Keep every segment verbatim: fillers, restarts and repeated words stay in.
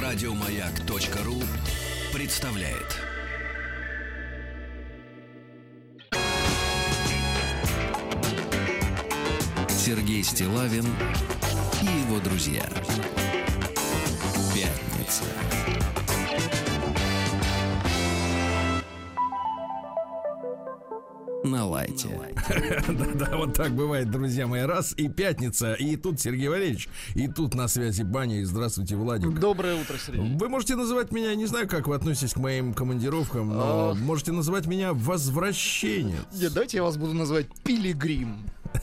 Радиомаяк.ру представляет. Сергей Стиллавин и его друзья. Пятница. На лайте. Да-да, вот так бывает, друзья мои. Раз, и пятница, и тут Сергей Валерьевич, и тут на связи Баня. И здравствуйте, Владик. Доброе утро, Сергей. Вы можете называть меня, не знаю, как вы относитесь к моим командировкам, но а... можете называть меня возвращенец. Нет, давайте я вас буду называть Пилигрим.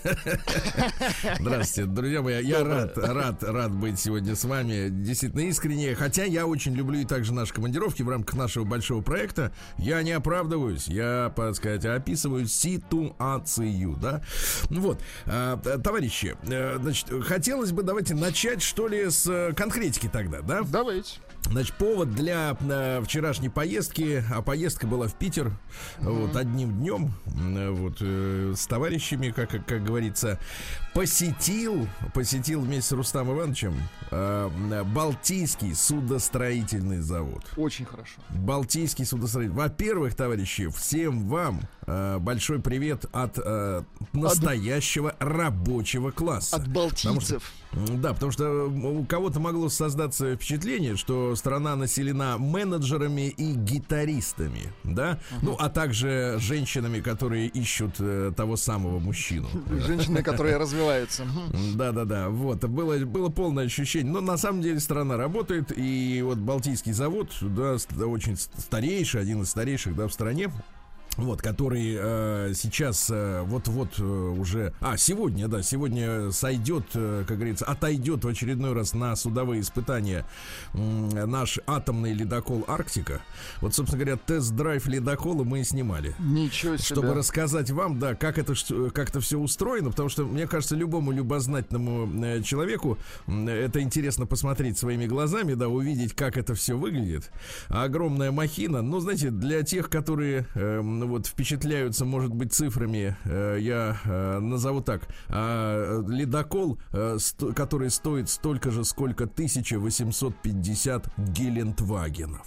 Здравствуйте, друзья мои. Я рад, рад, рад быть сегодня с вами. Действительно искренне. Хотя я очень люблю и также наши командировки в рамках нашего большого проекта. Я не оправдываюсь, я, так сказать, описываю ситуацию, да. Вот, а, товарищи, значит, хотелось бы, давайте начать, что ли, с конкретики тогда, да? Давайте. Значит, повод для э, вчерашней поездки, а поездка была в Питер, mm-hmm. вот, одним днем, э, вот, э, с товарищами, как, как говорится, посетил, посетил вместе с Рустамом Ивановичем э, Балтийский судостроительный завод. Очень хорошо. Балтийский судостроительный. Во-первых, товарищи, всем вам э, большой привет от э, настоящего от... рабочего класса. От балтийцев. Потому что, да, потому что у кого-то могло создаться впечатление, что страна населена менеджерами и гитаристами, да, uh-huh. ну, а также женщинами, которые ищут э, того самого мужчину. Женщины, которые развиваются. Да-да-да, вот, было, было полное ощущение. Но на самом деле страна работает, и вот Балтийский завод, да, очень старейший, один из старейших, да, в стране. Вот, который э, сейчас э, вот-вот э, уже... А, сегодня, да, сегодня сойдет, э, как говорится, отойдет в очередной раз на судовые испытания э, наш атомный ледокол «Арктика». Вот, собственно говоря, тест-драйв ледокола мы и снимали. Ничего себе. Чтобы рассказать вам, да, как это, как это все устроено, потому что, мне кажется, любому любознательному э, человеку э, это интересно посмотреть своими глазами, да, увидеть, как это все выглядит. Огромная махина. Ну, знаете, для тех, которые... Э, вот впечатляются, может быть, цифрами, э, я э, назову так, э, ледокол, э, сто, который стоит столько же, сколько тысяча восемьсот пятьдесят Гелендвагенов.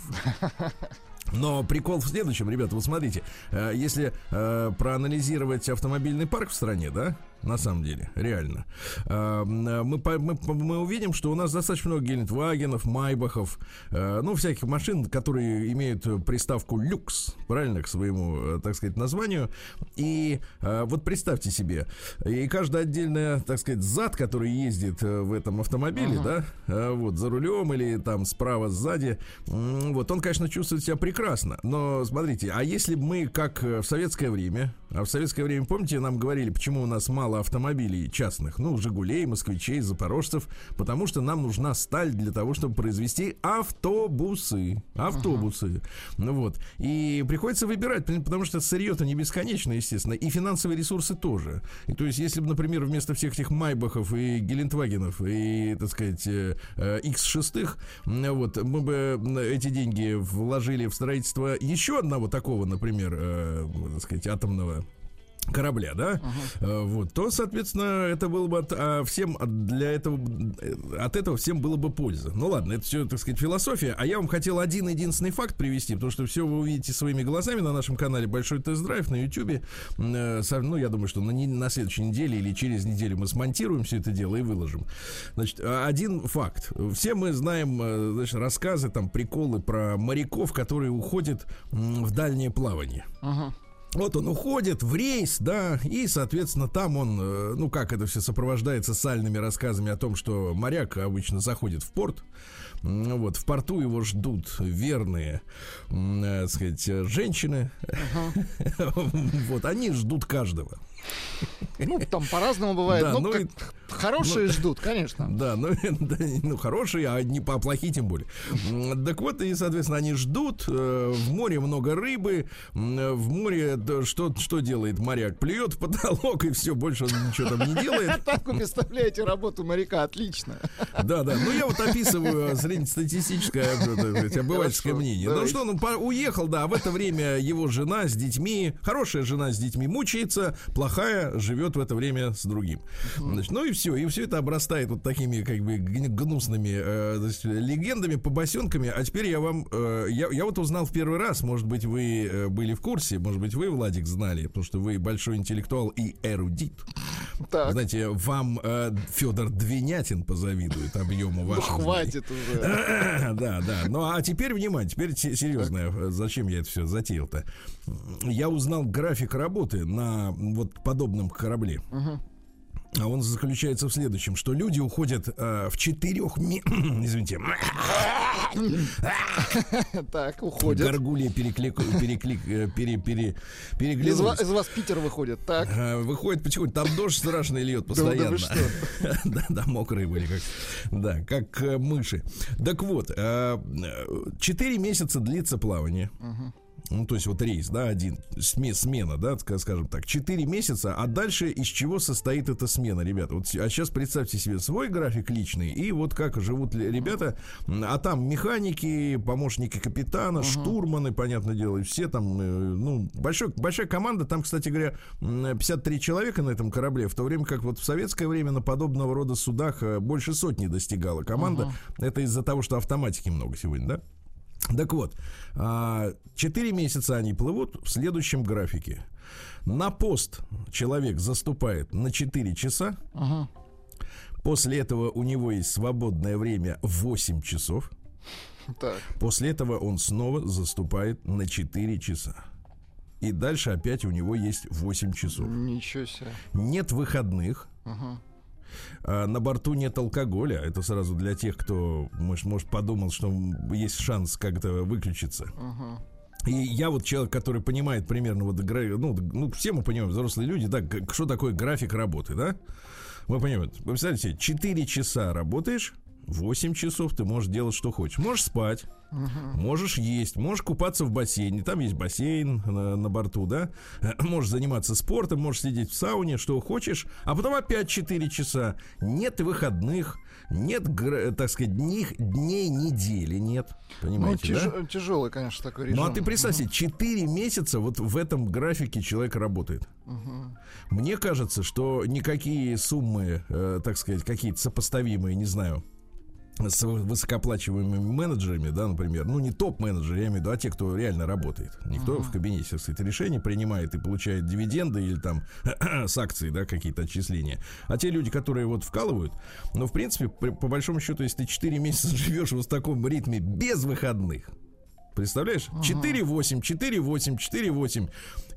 Но прикол в следующем, ребята, вот смотрите, э, если э, проанализировать автомобильный парк в стране, да, на самом деле, реально, э, мы, мы, мы увидим, что у нас достаточно много Гелендвагенов, Майбахов, э, ну, всяких машин, которые имеют приставку «люкс», правильно, к своему, э, так сказать, названию. И э, вот представьте себе, и каждая отдельная, так сказать, зад, который ездит э, в этом автомобиле, uh-huh. да, э, вот, за рулем или там справа, сзади, э, вот, он, конечно, чувствует себя прекрасно. Прекрасно, но смотрите, а если бы мы, как в советское время, а в советское время, помните, нам говорили, почему у нас мало автомобилей частных, ну, «Жигулей», «Москвичей», «Запорожцев», потому что нам нужна сталь для того, чтобы произвести автобусы, автобусы, uh-huh. ну вот, и приходится выбирать, потому что сырье-то не бесконечно, естественно, и финансовые ресурсы тоже, и то есть, если бы, например, вместо всех этих Майбахов и Гелендвагенов и, так сказать, икс шесть, вот, мы бы эти деньги вложили в строительство еще одного такого, например, э, так сказать, атомного корабля, да, uh-huh. вот, то, соответственно, это было бы от, а всем для этого, от этого всем было бы польза. Ну ладно, это все, так сказать, философия. А я вам хотел один единственный факт привести, потому что все вы увидите своими глазами на нашем канале «Большой тест-драйв» на Ютубе. Ну, я думаю, что на, на следующей неделе или через неделю мы смонтируем все это дело и выложим. Значит, один факт. Все мы знаем, значит, рассказы, там, приколы про моряков, которые уходят в дальнее плавание. Uh-huh. Вот он уходит в рейс, да, и, соответственно, там он, ну, как это все сопровождается сальными рассказами о том, что моряк обычно заходит в порт, вот, в порту его ждут верные, так сказать, женщины, uh-huh. вот, они ждут каждого. Ну, там по-разному бывает, да, но ну, и, хорошие ну, ждут, конечно. Да, ну, да, ну, хорошие, а не по плохие тем более. Так вот, и, соответственно, они ждут, э, в море много рыбы, в море да, что, что делает моряк? Плюет в потолок и все, больше он ничего там не делает. Так вы представляете работу моряка, отлично. Да, да, ну я вот описываю среднестатистическое, обывательское мнение. Ну что, ну уехал, да, а в это время его жена с детьми, хорошая жена с детьми мучается, плохая живет в это время с другим. Значит, ну и все. все, и все это обрастает вот такими как бы гнусными э, значит, легендами, побосенками. А теперь я вам, э, я, я вот узнал в первый раз, может быть, вы э, были в курсе, может быть, вы, Владик, знали, потому что вы большой интеллектуал и эрудит. Так. Знаете, вам э, Федор Двинятин позавидует объему вашего. Ну, хватит уже. Да, да. Ну, а теперь, внимание, теперь серьезно, зачем я это все затеял-то? Я узнал график работы на вот подобном корабле. Угу. А он заключается в следующем, что люди уходят э, в четырех... Ми... Извините. Так, уходят. Горгулья переклик... переклик... пере... пере... переглянулись. Из вас, из вас Питер выходит, так. А, выходит потихоньку, там дождь страшный льет постоянно. Да, да, мокрые были, как, да, как э, мыши. Так вот, четыре месяца длится плавание. Ну, то есть вот рейс, да, один, смена, да, скажем так, четыре месяца, а дальше из чего состоит эта смена, ребята? Вот, а сейчас представьте себе свой график личный, и вот как живут ребята, а там механики, помощники капитана, uh-huh. штурманы, понятное дело, и все там, ну, большой, большая команда, там, кстати говоря, пятьдесят три человека на этом корабле, в то время как вот в советское время на подобного рода судах больше сотни достигала команда, uh-huh. это из-за того, что автоматики много сегодня, да? Так вот, четыре месяца они плывут в следующем графике. На пост человек заступает на четыре часа. Ага. После этого у него есть свободное время восемь часов. Так. После этого он снова заступает на четыре часа. И дальше опять у него есть восемь часов. Ничего себе. Нет выходных. Ага. На борту нет алкоголя. Это сразу для тех, кто, может, может подумал, что есть шанс как-то выключиться. Uh-huh. И я вот человек, который понимает примерно вот, ну, ну, все мы понимаем, взрослые люди, да, что такое график работы, да? Вы понимаете, вы представляете, четыре часа работаешь, восемь часов ты можешь делать, что хочешь. Можешь спать, uh-huh. можешь есть, можешь купаться в бассейне. Там есть бассейн на, на борту, да. Можешь заниматься спортом, можешь сидеть в сауне, что хочешь. А потом опять четыре часа. Нет выходных, нет, так сказать, дней, дней недели нет. Понимаете, ну, тяж, да? Тяжелый, конечно, такой режим. Ну, а ты представь себе, четыре месяца вот в этом графике человек работает. Uh-huh. Мне кажется, что никакие суммы, э, так сказать, какие-то сопоставимые, не знаю, с высокооплачиваемыми менеджерами, да, например, ну не топ-менеджеры, я имею в виду, а те, кто реально работает. Никто uh-huh. в кабинете, так сказать, решения принимает и получает дивиденды или там с акций, да, какие-то отчисления. А те люди, которые вот вкалывают, ну, в принципе, по, по большому счету, если ты четыре месяца живешь вот в таком ритме без выходных, представляешь? четыре восемь, четыре восемь, четыре восемь.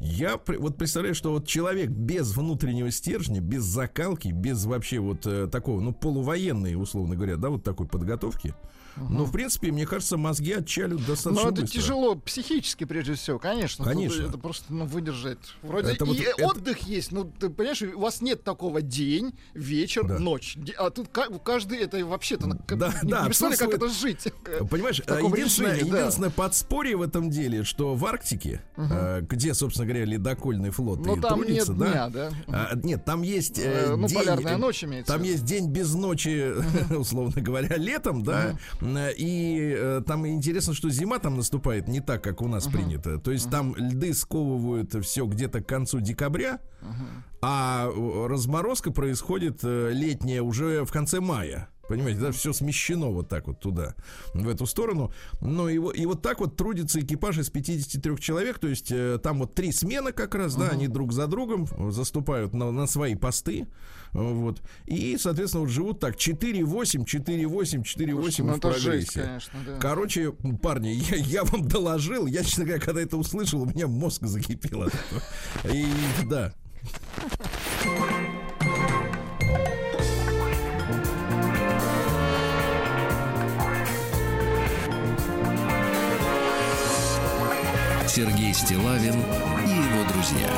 Я вот представляю, что вот человек без внутреннего стержня, без закалки, без вообще вот э, такого, ну, полувоенной, условно говоря, да, вот такой подготовки. Uh-huh. Но, в принципе, мне кажется, мозги отчалят достаточно быстро. Но это быстро. Тяжело психически, прежде всего, конечно. Конечно. Это просто, ну, выдержать. Вроде это и вот, отдых это... есть, ну, ты понимаешь, у вас нет такого день, вечер, да. ночь. А тут каждый, это вообще-то, да, не, да, не представляю, как это жить. Понимаешь, единственное, режиме, единственное да. подспорье в этом деле, что в Арктике, uh-huh. где, собственно говоря, ледокольный флот но и там трудится, нет да? дня, да? А, нет, там есть э, ну, день, полярная ночь имеется. Там есть день без ночи, uh-huh. условно говоря, летом, да, uh-huh. и э, там интересно, что зима там наступает не так, как у нас uh-huh. принято. То есть uh-huh. там льды сковывают все где-то к концу декабря, uh-huh. а разморозка происходит э, летняя уже в конце мая. Понимаете, да, все смещено вот так вот туда, в эту сторону. Ну и, и вот так вот трудится экипаж из пятидесяти трёх человек. То есть э, там вот три смены как раз, uh-huh. да, они друг за другом заступают на, на свои посты. Вот. И, соответственно, вот живут так четыре восемь, четыре восемь, четыре восемь ну, в прогрессе. Жесть, конечно, да. Короче, парни, я, я вам доложил. Я, честно говоря, когда это услышал, у меня мозг закипел от этого. И да. Сергей Стиллавин и его друзья.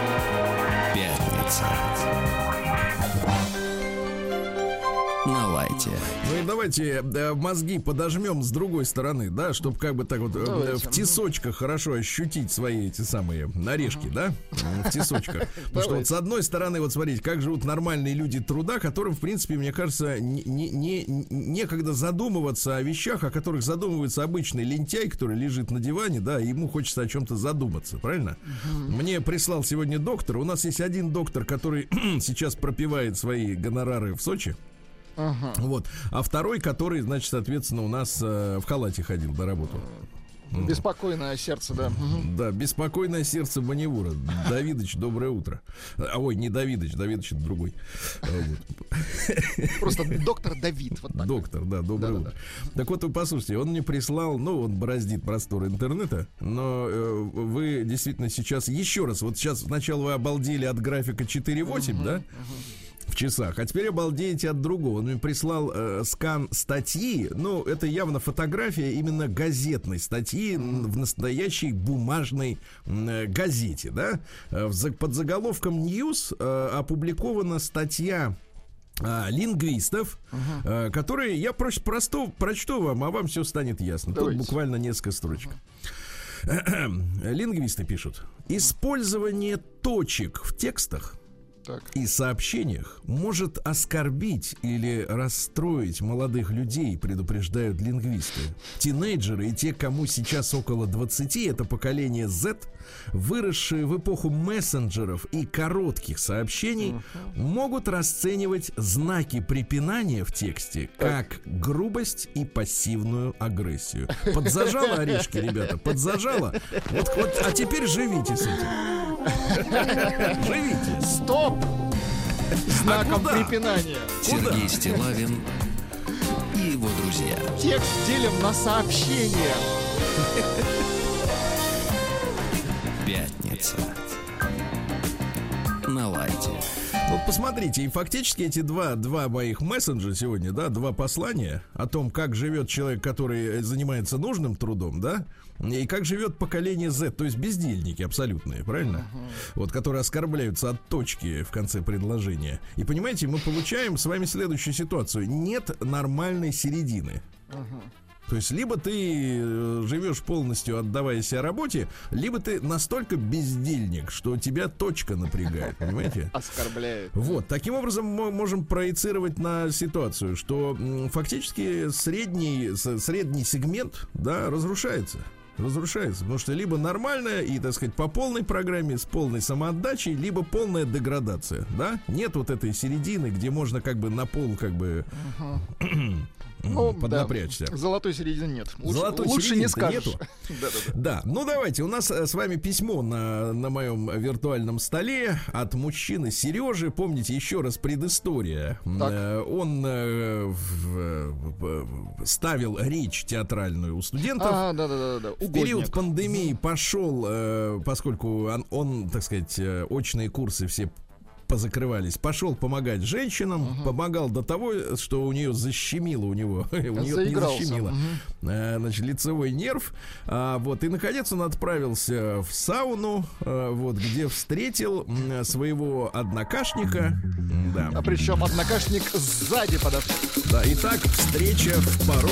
Пятница. На лайте. Налайте. Ну и давайте э, мозги подожмем с другой стороны, да, чтобы как бы так вот э, в тесочках хорошо ощутить свои эти самые орешки, да, в тесочках. Потому что вот с одной стороны, вот смотрите, как живут нормальные люди труда, которым, в принципе, мне кажется, не, не, не, некогда задумываться о вещах, о которых задумывается обычный лентяй, который лежит на диване, да, и ему хочется о чем-то задуматься, правильно? Uh-huh. Мне прислал сегодня доктор. У нас есть один доктор, который сейчас пропивает свои гонорары в Сочи. Uh-huh. Вот. А второй, который, значит, соответственно, у нас э, в халате ходил до работы. Беспокойное сердце, да. Да, беспокойное сердце Маневура. Давидыч, доброе утро. А, ой, не Давидыч, Давидыч это другой. Вот. Просто доктор Давид. Вот доктор, да, доброе да, утро. Да, да. Так вот, вы послушайте, он мне прислал, ну, он бороздит просторы интернета, но э, вы действительно сейчас, еще раз, вот сейчас сначала вы обалдели от графика четыре восемь, uh-huh, да? Uh-huh. В часах. А теперь обалдеете от другого. Он мне прислал э, скан статьи. Ну, это явно фотография именно газетной статьи в настоящей бумажной э, газете, да? Э, под заголовком «Ньюс» э, опубликована статья э, лингвистов, uh-huh. э, которые, я проще просто прочту вам, а вам все станет ясно. Давайте. Тут буквально несколько строчек. Uh-huh. Лингвисты пишут: использование точек в текстах Так. и сообщениях может оскорбить или расстроить молодых людей, предупреждают лингвисты. Тинейджеры и те, кому сейчас около двадцати, это поколение Z, выросшие в эпоху мессенджеров и коротких сообщений, uh-huh. могут расценивать знаки препинания в тексте как грубость и пассивную агрессию. Подзажало орешки, ребята, подзажало. Вот, вот, а теперь живите с этим. Живите. Стоп! Знаком а препинания. Сергей куда? Стиллавин и его друзья. Текст делим на сообщения. Пятница. На лайте. Вот посмотрите, и фактически эти два, два моих мессенджера сегодня, да, два послания о том, как живет человек, который занимается нужным трудом, да, и как живет поколение Z, то есть бездельники абсолютные, правильно? Uh-huh. Вот, которые оскорбляются от точки в конце предложения. И понимаете, мы получаем с вами следующую ситуацию. Нет нормальной середины. Uh-huh. То есть либо ты живешь полностью, отдавая себя работе, либо ты настолько бездельник, что тебя точка напрягает, понимаете? Оскорбляет. Вот, таким образом мы можем проецировать на ситуацию, что м, фактически средний, средний сегмент, да, разрушается. Разрушается, потому что либо нормальная и, так сказать, по полной программе с полной самоотдачей, либо полная деградация, да? Нет вот этой середины, где можно как бы на пол как бы... Uh-huh. Ну, поднапрячься. Да. Золотой середины нет. Лучше, Золотой лучше не скажешь. Нету. Да, ну давайте. У нас с вами письмо на, на моем виртуальном столе от мужчины Сережи. Помните, еще раз предыстория. Так. Он э, в, в, ставил речь театральную у студентов. А, да, да, да, да. В период пандемии пошел, э, поскольку он, он, так сказать, очные курсы все позакрывались, пошел помогать женщинам, uh-huh. помогал до того, что у нее защемило, у него, у нее не защемило, uh-huh. значит, лицевой нерв, а, вот, и наконец он отправился в сауну, а, вот, где встретил своего однокашника, да. А причем однокашник сзади подошел. Да, итак, встреча в пару.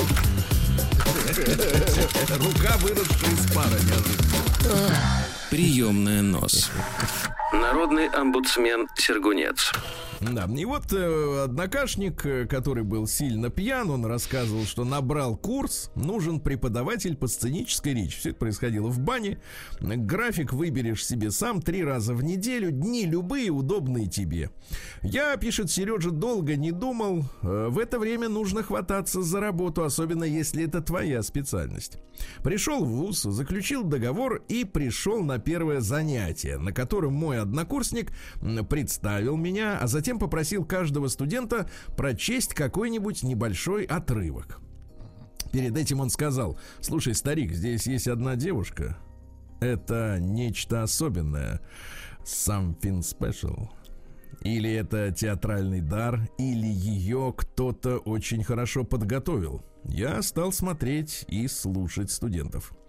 Рука, выросшая из пара, неожиданно. Приемная нос. Народный омбудсмен Сергунец. Да, и вот э, однокашник, который был сильно пьян, он рассказывал, что набрал курс, нужен преподаватель по сценической речи. Все это происходило в бане. График выберешь себе сам три раза в неделю, дни любые, удобные тебе. Я, пишет Сережа, долго не думал. Э, в это время нужно хвататься за работу, особенно если это твоя специальность. Пришел в вуз, заключил договор и пришел на первое занятие, на котором мой однокурсник представил меня, а затем Затем попросил каждого студента прочесть какой-нибудь небольшой отрывок. Перед этим он сказал: слушай, старик, здесь есть одна девушка. Это нечто особенное. Something special. Или это театральный дар, или ее кто-то очень хорошо подготовил. Я стал смотреть и слушать студентов.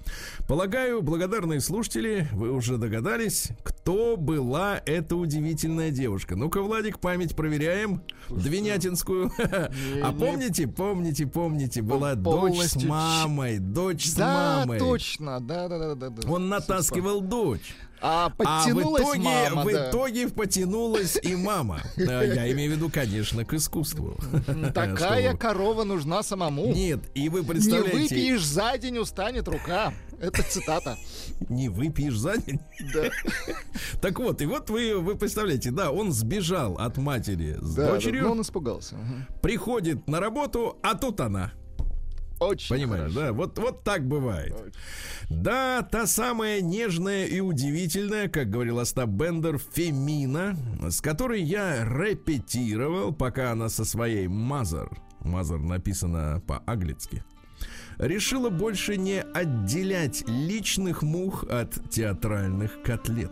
Полагаю, благодарные слушатели, вы уже догадались, кто была эта удивительная девушка. Ну-ка, Владик, память проверяем. Двинятинскую. А помните, помните, помните, была дочь с мамой. Дочь с мамой. Да, точно. Да, да, да, да. Он натаскивал дочь. А подтянулась а в итоге, мама, в да. итоге потянулась и мама. Я имею в виду, конечно, к искусству. Такая корова нужна самому. Нет, и вы представляете... Не выпьешь за день, устанет рука. Это цитата. Не выпьешь за день? Да. Так вот, и вот вы, вы представляете, да, он сбежал от матери с да, дочерью. Да, но он испугался. Угу. Приходит на работу, а тут она. Очень Понимаешь, хорошо. да? Вот, вот так бывает. Очень. Да, та самая нежная и удивительная, как говорил Остап Бендер, Фемина, с которой я репетировал, пока она со своей Мазер, Мазер написано по-английски, решила больше не отделять личных мух от театральных котлет.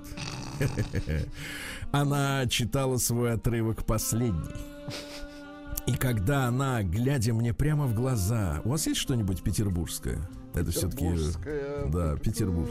Она читала свой отрывок последний. И когда она, глядя мне прямо в глаза... У вас есть что-нибудь петербургское? Это все-таки... Да, Петербург.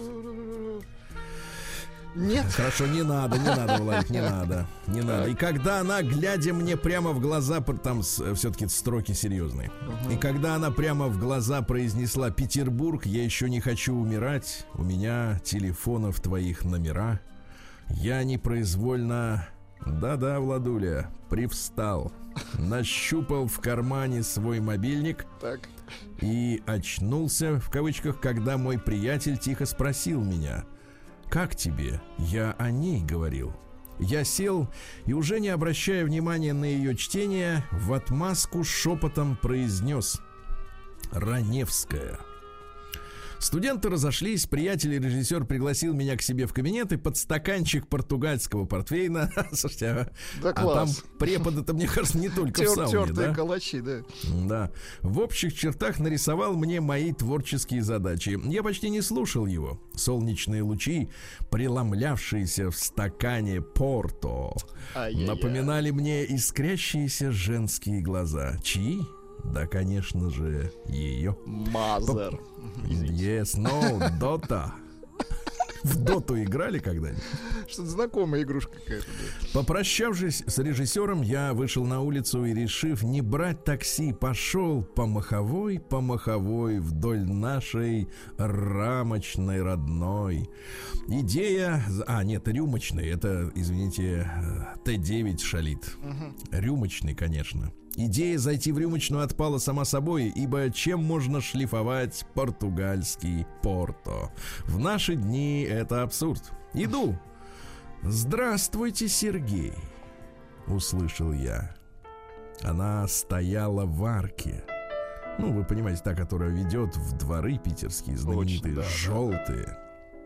Нет. Хорошо, не надо, не надо, Владик, не надо. Не надо. И когда она, глядя мне прямо в глаза... Там все-таки строки серьезные. И когда она прямо в глаза произнесла: «Петербург, я еще не хочу умирать. У меня телефонов твоих номера». Я непроизвольно... Да-да, Владуля, привстал, нащупал в кармане свой мобильник так. и очнулся, в кавычках, когда мой приятель тихо спросил меня: «Как тебе?» Я о ней говорил. Я сел и, уже не обращая внимания на ее чтение, в отмазку шепотом произнес: «Раневская». Студенты разошлись, приятель и режиссер пригласил меня к себе в кабинет и под стаканчик португальского портвейна. Слушайте, а, да, а там преподы-то, мне кажется, не только Тер, в сауне, да? Калачи, да? Да. В общих чертах нарисовал мне мои творческие задачи. Я почти не слушал его. Солнечные лучи, преломлявшиеся в стакане порто, Ай-яй-яй. напоминали мне искрящиеся женские глаза. Чьи? Да, конечно же, ее. Мазер. Yes, no, Дота. В доту играли когда-нибудь? Что-то знакомая игрушка какая-то. Да. Попрощавшись с режиссером, я вышел на улицу и, решив не брать такси, пошел по маховой, по маховой вдоль нашей рамочной родной. Идея... А, нет, рюмочной. Это, извините, Т девять шалит. Угу. Рюмочный, конечно. Идея зайти в рюмочную отпала сама собой, ибо чем можно шлифовать португальский порто? В наши дни это абсурд. Иду. «Здравствуйте, Сергей», — услышал я. Она стояла в арке. Ну, вы понимаете, та, которая ведет в дворы питерские, знаменитые, Очень, да, желтые.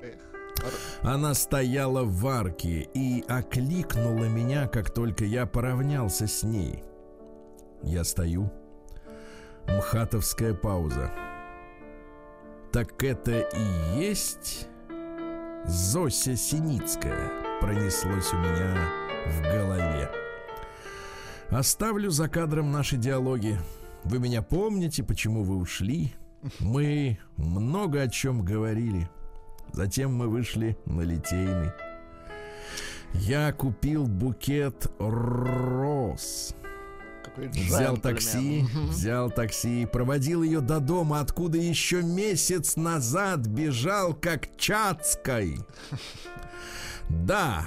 Да. Она стояла в арке и окликнула меня, как только я поравнялся с ней. Я стою. Мхатовская пауза. Так это и есть Зося Синицкая, пронеслось у меня в голове. Оставлю за кадром наши диалоги. Вы меня помните, почему вы ушли? Мы много о чем говорили. Затем мы вышли на Литейный. Я купил букет роз. Взял такси, взял такси, проводил ее до дома, откуда еще месяц назад бежал как Чацкой. Да,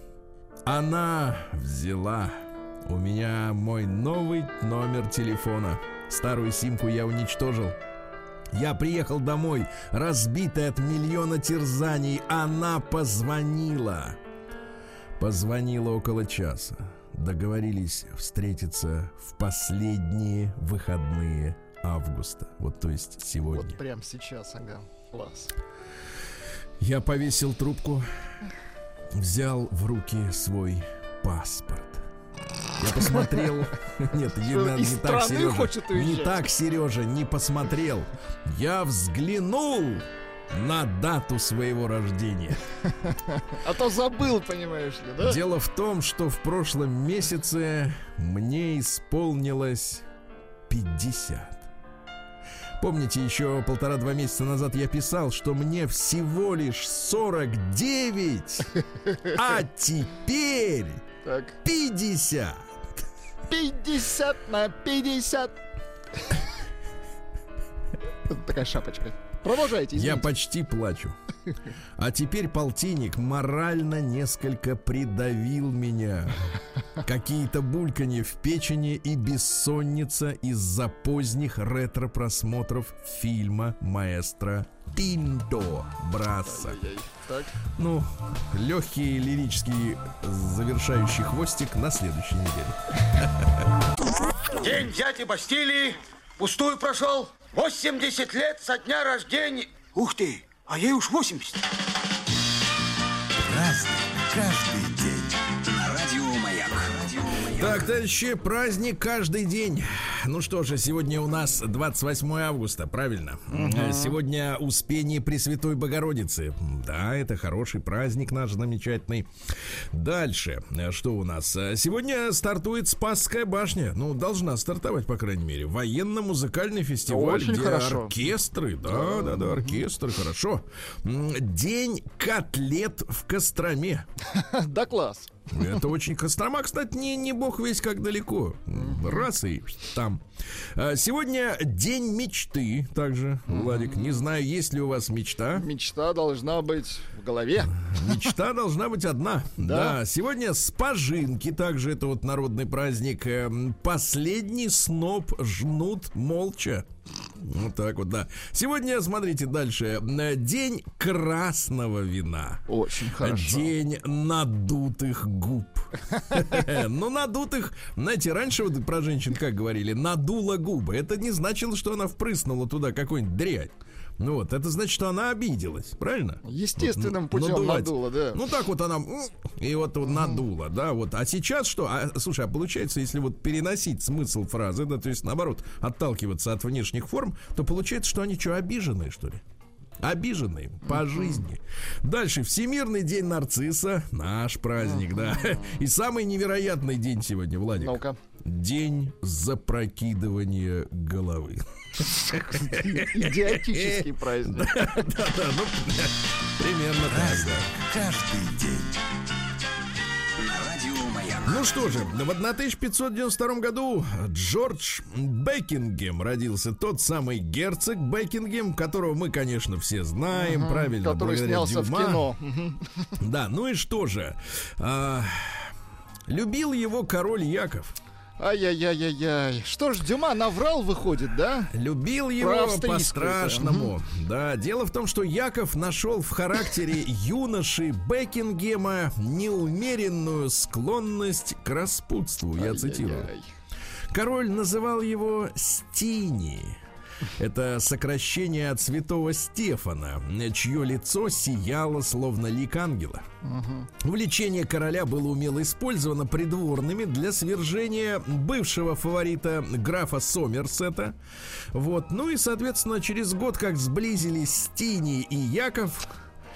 она взяла у меня мой новый номер телефона. Старую симку я уничтожил. Я приехал домой, разбитый от миллиона терзаний. Она позвонила. Позвонила около часа. Договорились встретиться в последние выходные августа. Вот, то есть сегодня. Вот прямо сейчас, ага. Класс. Я повесил трубку, взял в руки свой паспорт. Я посмотрел. Нет, не так, Сережа. Не так, Сережа, не посмотрел. Я взглянул на дату своего рождения. А то забыл, понимаешь ли, да? Дело в том, что в прошлом месяце мне исполнилось пятьдесят. Помните, еще полтора-два месяца назад я писал, что мне всего лишь сорок девять, а теперь Так. пятьдесят. пятьдесят на пятьдесят. Такая шапочка. Продолжайте, извините. Я почти плачу. А теперь полтинник морально несколько придавил меня. Какие-то бульканье в печени и бессонница из-за поздних ретро-просмотров фильма маэстро Тинто Брасса. Ай-яй-яй. Так. Ну, легкий лирический завершающий хвостик на следующей неделе. День дяди Бастилии пустую прошел. восемьдесят лет со дня рождения. Ух ты, а ей уж восемьдесят. Разный, каждый день. На радио Маяк. Так, товарищи, праздник каждый день. Ну что же, сегодня у нас двадцать восьмое августа, правильно? Uh-huh. Сегодня Успение Пресвятой Богородицы. Да, это хороший праздник наш замечательный. Дальше, что у нас? Сегодня стартует Спасская башня. Ну, должна стартовать, по крайней мере. Военно-музыкальный фестиваль. Очень где хорошо. Оркестры. Да, да, да, оркестры, хорошо. День котлет в Костроме. Да, класс. Это очень... Кострома, кстати, не, не бог весь как далеко. Раз и там. Сегодня день мечты. Также, Владик, не знаю, есть ли у вас мечта. Мечта должна быть в голове. Мечта должна быть одна. Да. Да. Сегодня спажинки. Также это вот народный праздник. Последний сноп жнут молча. Вот так вот, да. Сегодня, смотрите, дальше. День красного вина. Очень хорошо. День надутых губ. Ну, надутых, знаете, раньше вот про женщин как говорили, надула губы. Это не значило, что она впрыснула туда какую-нибудь дрянь. Ну вот, это значит, что она обиделась, правильно? Естественным Вот, путем надувать. надула, да. Ну так вот она и вот, вот надула, да, вот. А сейчас что? А, слушай, а получается, если вот переносить смысл фразы, да, то есть наоборот, отталкиваться от внешних форм, то получается, что они что, обиженные, что ли? Обиженные по uh-huh. жизни. Дальше, Всемирный день нарцисса. Наш праздник, uh-huh. да. И самый невероятный день сегодня, Владик. Ну-ка. День запрокидывания головы. Идиотический праздник. Да, да, да, ну, примерно так, да. Каждый день. На радио Маяк. Ну что же, в тысяча пятьсот девяносто втором году Джордж Бекингем родился, тот самый герцог Бекингем, которого мы, конечно, все знаем, угу, правильно, который снялся Дюма. В кино. Да, ну и что же, а, любил его король Яков. Ай-яй-яй-яй-яй. Что ж, Дюма наврал, выходит, да? Любил его по-страшному. Да, дело в том, что Яков нашел в характере юноши Бекингема неумеренную склонность к распутству. Я цитирую. Король называл его Стини. Это сокращение от святого Стефана, чье лицо сияло, словно лик ангела. Uh-huh. Влечение короля было умело использовано придворными для свержения бывшего фаворита графа Сомерсета. Вот. Ну и, соответственно, через год, как сблизились Стини и Яков...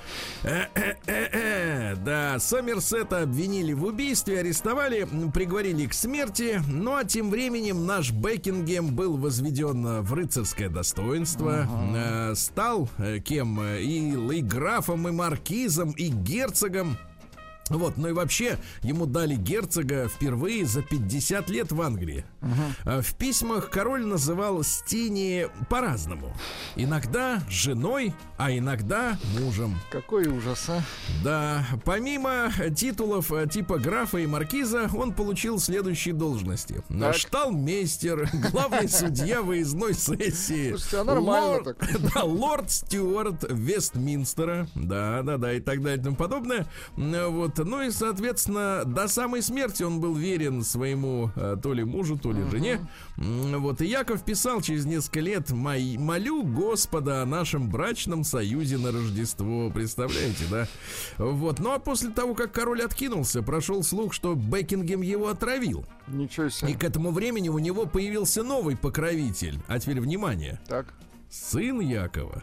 Э-э-э-э. Да, Сомерсета обвинили в убийстве, арестовали, приговорили к смерти. Ну а тем временем наш Бекингем был возведен в рыцарское достоинство, uh-huh. э, стал э, кем? И, и графом, и маркизом, и герцогом. Вот, ну и вообще ему дали герцога впервые за пятьдесят лет в Англии. Uh-huh. В письмах король называл Стини по-разному. Иногда женой, а иногда мужем. Какой ужас, а? Да, помимо титулов типа графа и маркиза, он получил следующие должности. Так. Шталмейстер, главный судья выездной сессии. Слушайте, а нормально лорд, так. Да, лорд Стюарт Вестминстера. Да, да, да, и так далее и тому подобное. Вот. Ну и, соответственно, до самой смерти он был верен своему то ли мужу, то ли uh-huh. жене. Вот. И Яков писал через несколько лет: молю Господа о нашем брачном союзе на Рождество. Представляете, да? Вот. Ну а после того, как король откинулся, прошел слух, что Бекингем его отравил. Ничего себе. И к этому времени у него появился новый покровитель. А теперь внимание. Так. Сын Якова.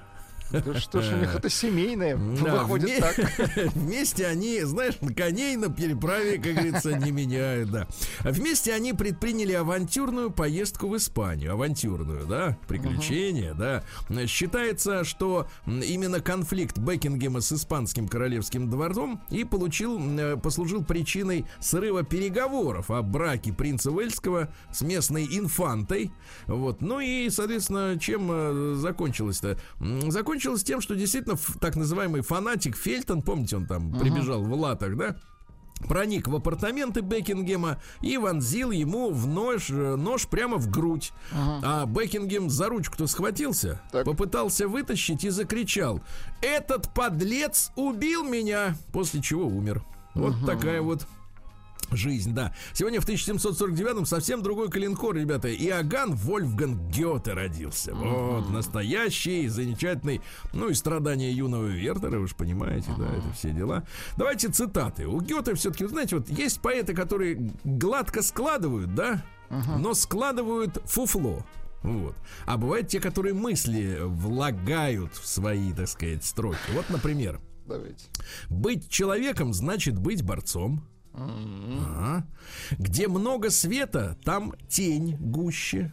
Да что ж у них это семейное, Да, выходит вме- так. Вместе они, знаешь, коней на переправе, как говорится, не меняют, да. Вместе они предприняли авантюрную поездку в Испанию. Авантюрную, да, приключения, uh-huh. да. Считается, что именно конфликт Бекингема с испанским королевским двором и получил, послужил причиной срыва переговоров о браке принца Уэльского с местной инфантой. Вот. Ну и, соответственно, чем закончилось-то? Закончилось тем, что действительно так называемый фанатик Фельтон, помните, он там uh-huh. прибежал в латах, да? Проник в апартаменты Бекингема и вонзил ему в нож, нож прямо в грудь. Ага. А Бекингем за ручку-то схватился, так. попытался вытащить и закричал: «Этот подлец убил меня!» После чего умер. Вот ага. такая вот жизнь, да. Сегодня в тысяча семьсот сорок девятом совсем другой каленкор, ребята. Иоганн Вольфганг Гёте родился. Uh-huh. Вот, настоящий, замечательный. Ну и страдания юного Вертера, вы же понимаете, uh-huh. да, это все дела. Давайте цитаты. У Гёте все-таки, знаете, вот есть поэты, которые гладко складывают, да, uh-huh. но складывают фуфло. Вот. А бывают те, которые мысли влагают в свои, так сказать, строки. Вот, например, давайте. Быть человеком значит быть борцом. Uh-huh. Ага. Где много света, там тень гуще.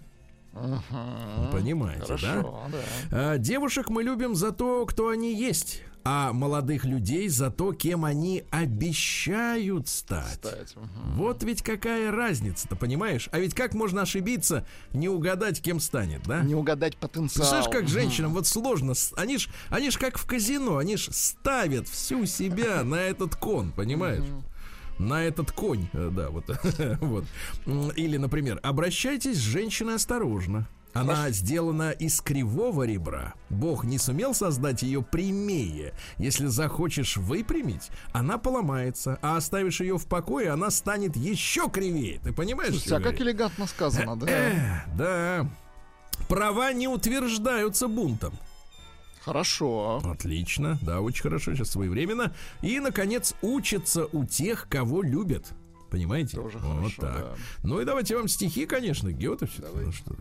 Uh-huh. Понимаете, хорошо, да? да? А, девушек мы любим за то, кто они есть, а молодых людей за то, кем они обещают стать. стать. Uh-huh. Вот ведь какая разница-то, понимаешь? А ведь как можно ошибиться, не угадать, кем станет, да? Не угадать потенциал. Слышишь, как женщинам uh-huh. вот сложно. Они ж, они ж как в казино, они ж ставят всю себя на этот кон, понимаешь? Uh-huh. На этот конь, да, вот, вот. Или, например, обращайтесь с женщиной осторожно. Она Хорошо. Сделана из кривого ребра. Бог не сумел создать ее прямее. Если захочешь выпрямить, она поломается. А оставишь ее в покое, она станет еще кривее. Ты понимаешь? Слушайте, а как элегантно сказано, да? Да. Права не утверждаются бунтом. Хорошо. Отлично, да, очень хорошо, сейчас своевременно. И, наконец, учатся у тех, кого любят. Понимаете? Тоже вот хорошо, так. Да. Ну и давайте вам стихи, конечно, Гёте. Ну, что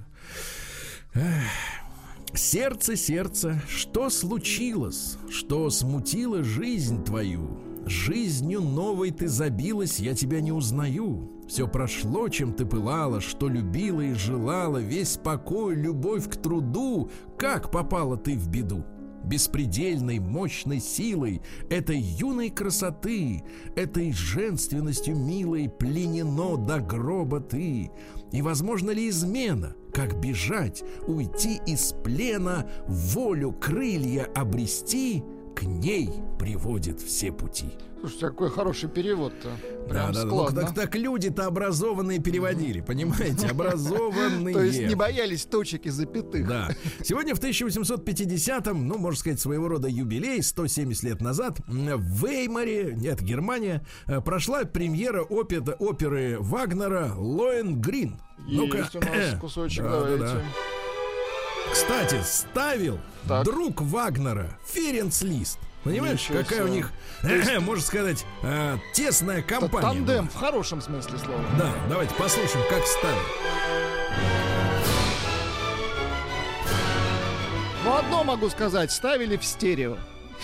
сердце, сердце, что случилось? Что смутило жизнь твою? Жизнью новой ты забилась, я тебя не узнаю. Все прошло, чем ты пылала, что любила и желала, весь покой, любовь к труду. Как попала ты в беду? Беспредельной, мощной силой этой юной красоты, этой женственностью милой пленено до гроба ты. И возможно ли измена? Как бежать, уйти из плена, волю, крылья обрести? К ней приводит все пути. Слушайте, какой хороший перевод-то. Да, да, да. Ну, так, так люди-то образованные переводили, понимаете? Образованные. То есть не боялись точек и запятых. Да. Сегодня в тысяча восемьсот пятидесятом, ну, можно сказать, своего рода юбилей, сто семьдесят лет назад, в Веймаре, нет, Германия, прошла премьера опера, оперы Вагнера «Лоэнгрин». Ну-ка. Есть у нас кусочек, да, давайте. Да, да. Кстати, ставил так. друг Вагнера Ференц Лист. Понимаешь, ничего какая себе. У них, есть... можно сказать, э, тесная компания. Тандем была. В хорошем смысле слова. Да, давайте послушаем, как ставил. Ну, одно могу сказать, ставили в стерео.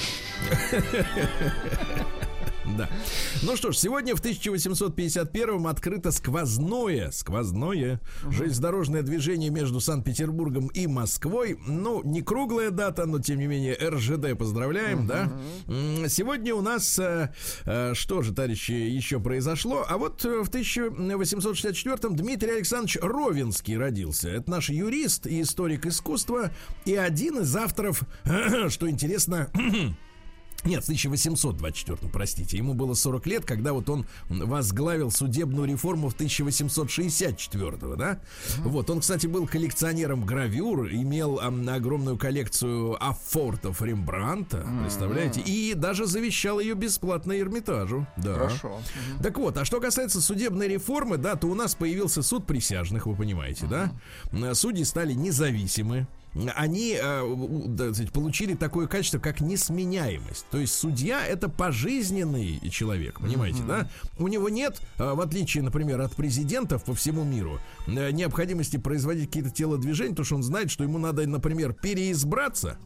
Да. Ну что ж, сегодня в тысяча восемьсот пятьдесят первом открыто сквозное, сквозное uh-huh. железнодорожное движение между Санкт-Петербургом и Москвой. Ну, не круглая дата, но тем не менее эр жэ дэ поздравляем, uh-huh. да. Сегодня у нас, э, э, что же, товарищи, еще произошло? А вот в тысяча восемьсот шестьдесят четвёртом Дмитрий Александрович Ровенский родился. Это наш юрист и историк искусства, и один из авторов, что интересно... Нет, в тысяча восемьсот двадцать четвёртом, простите. Ему было сорок лет, когда вот он возглавил судебную реформу в тысяча восемьсот шестьдесят четвёртом, да? Uh-huh. Вот, он, кстати, был коллекционером гравюр, имел а, огромную коллекцию афортов Рембрандта, uh-huh. представляете? И даже завещал ее бесплатно Эрмитажу. Да. Хорошо. Uh-huh. Так вот, а что касается судебной реформы, да, то у нас появился суд присяжных, вы понимаете, uh-huh. да? Судьи стали независимы. Они э, получили такое качество, как несменяемость. То есть судья — это пожизненный человек, понимаете, mm-hmm. да? У него нет, э, в отличие, например, от президентов по всему миру, э, необходимости производить какие-то телодвижения, потому что он знает, что ему надо, например, переизбраться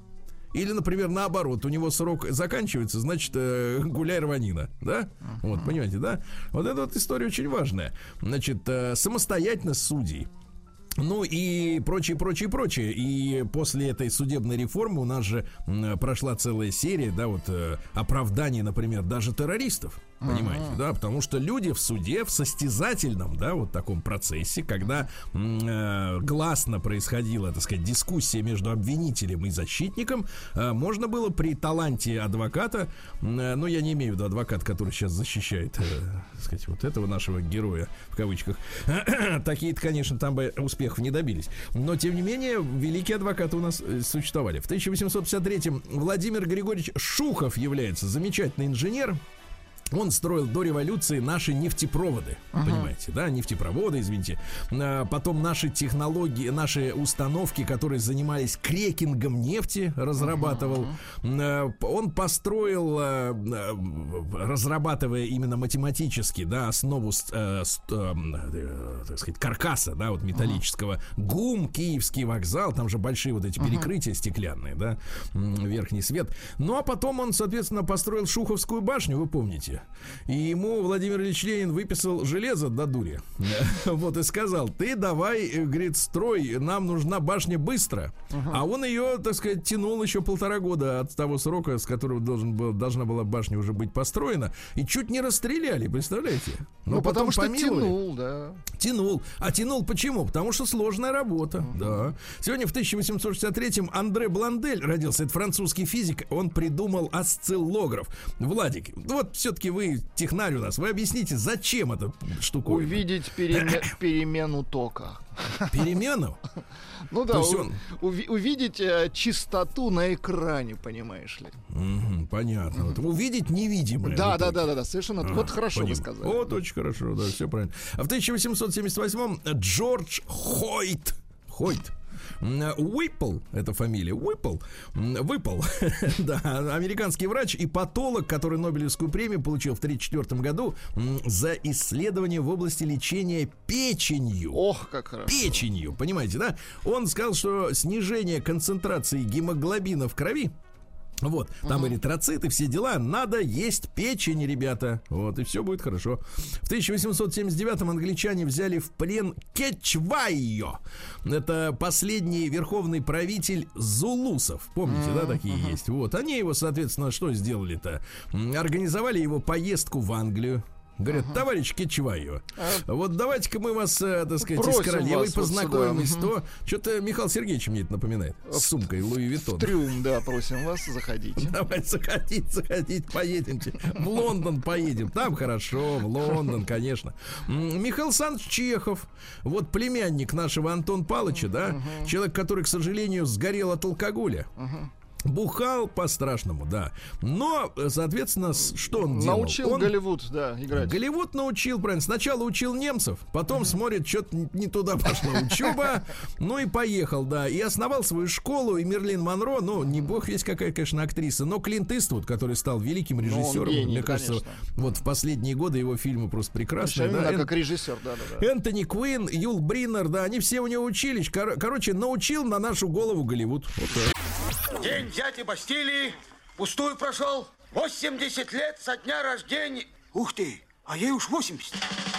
Или, например, наоборот, у него срок заканчивается, значит, э, гуляй рванина, да? Uh-huh. Вот, понимаете, да? Вот эта вот история очень важная. Значит, э, самостоятельность судей. Ну и прочее, прочее, прочее. И после этой судебной реформы у нас же м, прошла целая серия, да, вот э, оправданий, например, даже террористов. Понимаете, uh-huh. да, потому что люди в суде, в состязательном, да, вот таком процессе, когда э, гласно происходила, так сказать, дискуссия между обвинителем и защитником, э, можно было при таланте адвоката, э, ну, я не имею в виду адвокат, который сейчас защищает, э, так сказать, вот этого нашего героя, в кавычках, такие-то, конечно, там бы успехов не добились, но, тем не менее, великие адвокаты у нас э, существовали. В тысяча восемьсот пятьдесят третьем Владимир Григорьевич Шухов является замечательный инженер. Он строил до революции наши нефтепроводы, uh-huh. понимаете, да, нефтепроводы, извините. А, потом наши технологии, наши установки, которые занимались крекингом нефти, разрабатывал. Uh-huh. А, он построил, а, разрабатывая именно математически, да, основу, а, а, так сказать, каркаса, да, вот металлического. Uh-huh. ГУМ, Киевский вокзал, там же большие вот эти uh-huh. перекрытия стеклянные, да, верхний свет. Ну, а потом он, соответственно, построил Шуховскую башню, вы помните. И ему Владимир Ильич Ленин выписал железо до дури. Вот и сказал: ты давай, говорит, строй, нам нужна башня быстро. Uh-huh. А он ее, так сказать, тянул еще полтора года от того срока, с которого должен был, должна была башня уже быть построена. И чуть не расстреляли, представляете? Но ну, потому что помиловали. Тянул, да. Тянул. А тянул почему? Потому что сложная работа. Uh-huh. Да. Сегодня в тысяча восемьсот шестьдесят третьем Андре Бландель родился. Это французский физик. Он придумал осциллограф. Владик, вот все-таки вы технарь у нас, вы объясните, зачем эта штука? Увидеть переме- перемену тока. Перемену? Ну да, у, он... уви- увидеть э, чистоту на экране, понимаешь ли. Mm-hmm, понятно. Вот, увидеть невидимое. Да, да, да, да, да, совершенно. А, вот хорошо поним. Вы сказали. Вот очень хорошо, да, все правильно. А в тысяча восемьсот семьдесят восьмом Джордж Хойт. Хойт. Уиппл, это фамилия, Уиппл, Выпал, да, американский врач и патолог, который Нобелевскую премию получил в тысяча девятьсот тридцать четвёртом году за исследование в области лечения печенью. Ох, как хорошо. Печенью, понимаете, да? Он сказал, что снижение концентрации гемоглобина в крови, вот, там uh-huh. эритроциты, все дела. Надо есть печень, ребята. Вот, и все будет хорошо. В тысяча восемьсот семьдесят девятом англичане взяли в плен Кечвайо. Это последний верховный правитель зулусов. Помните, uh-huh. да, такие uh-huh. есть? Вот, они его, соответственно, что сделали-то? Организовали его поездку в Англию. Говорят, ага. товарищ Кечвайо, а... вот давайте-ка мы вас, так сказать, с королевой познакомим. Вот сто... Что-то Михаил Сергеевич мне это напоминает. С сумкой Луи Виттон. В трюм, да, просим вас, заходите. Давайте, заходите, заходите, поедемте. В Лондон поедем, там хорошо, в Лондон, конечно. Михаил Александрович Чехов, вот племянник нашего Антона Павловича, да, uh-huh. человек, который, к сожалению, сгорел от алкоголя. Uh-huh. Бухал по-страшному, да. Но, соответственно, что он делал? Научил он... Голливуд, да, играть. Голливуд научил, правильно. Сначала учил немцев, потом mm-hmm. смотрит, что-то не туда пошла учеба. Ну и поехал, да. И основал свою школу. И Мерлин Монро, ну, не бог весть какая, конечно, актриса, но Клинт Иствуд, который стал великим режиссером. Гений, мне кажется, конечно. Вот в последние годы его фильмы просто прекрасные. Да, Эн... как режиссер, да, да, да. Энтони Куин, Юл Бриннер, да, они все у него учились. Кор- короче, научил на нашу голову Голливуд. Вот так. День взятия Бастилии пустую прошел. восемьдесят лет со дня рождения. Ух ты, а ей уж восемьдесят.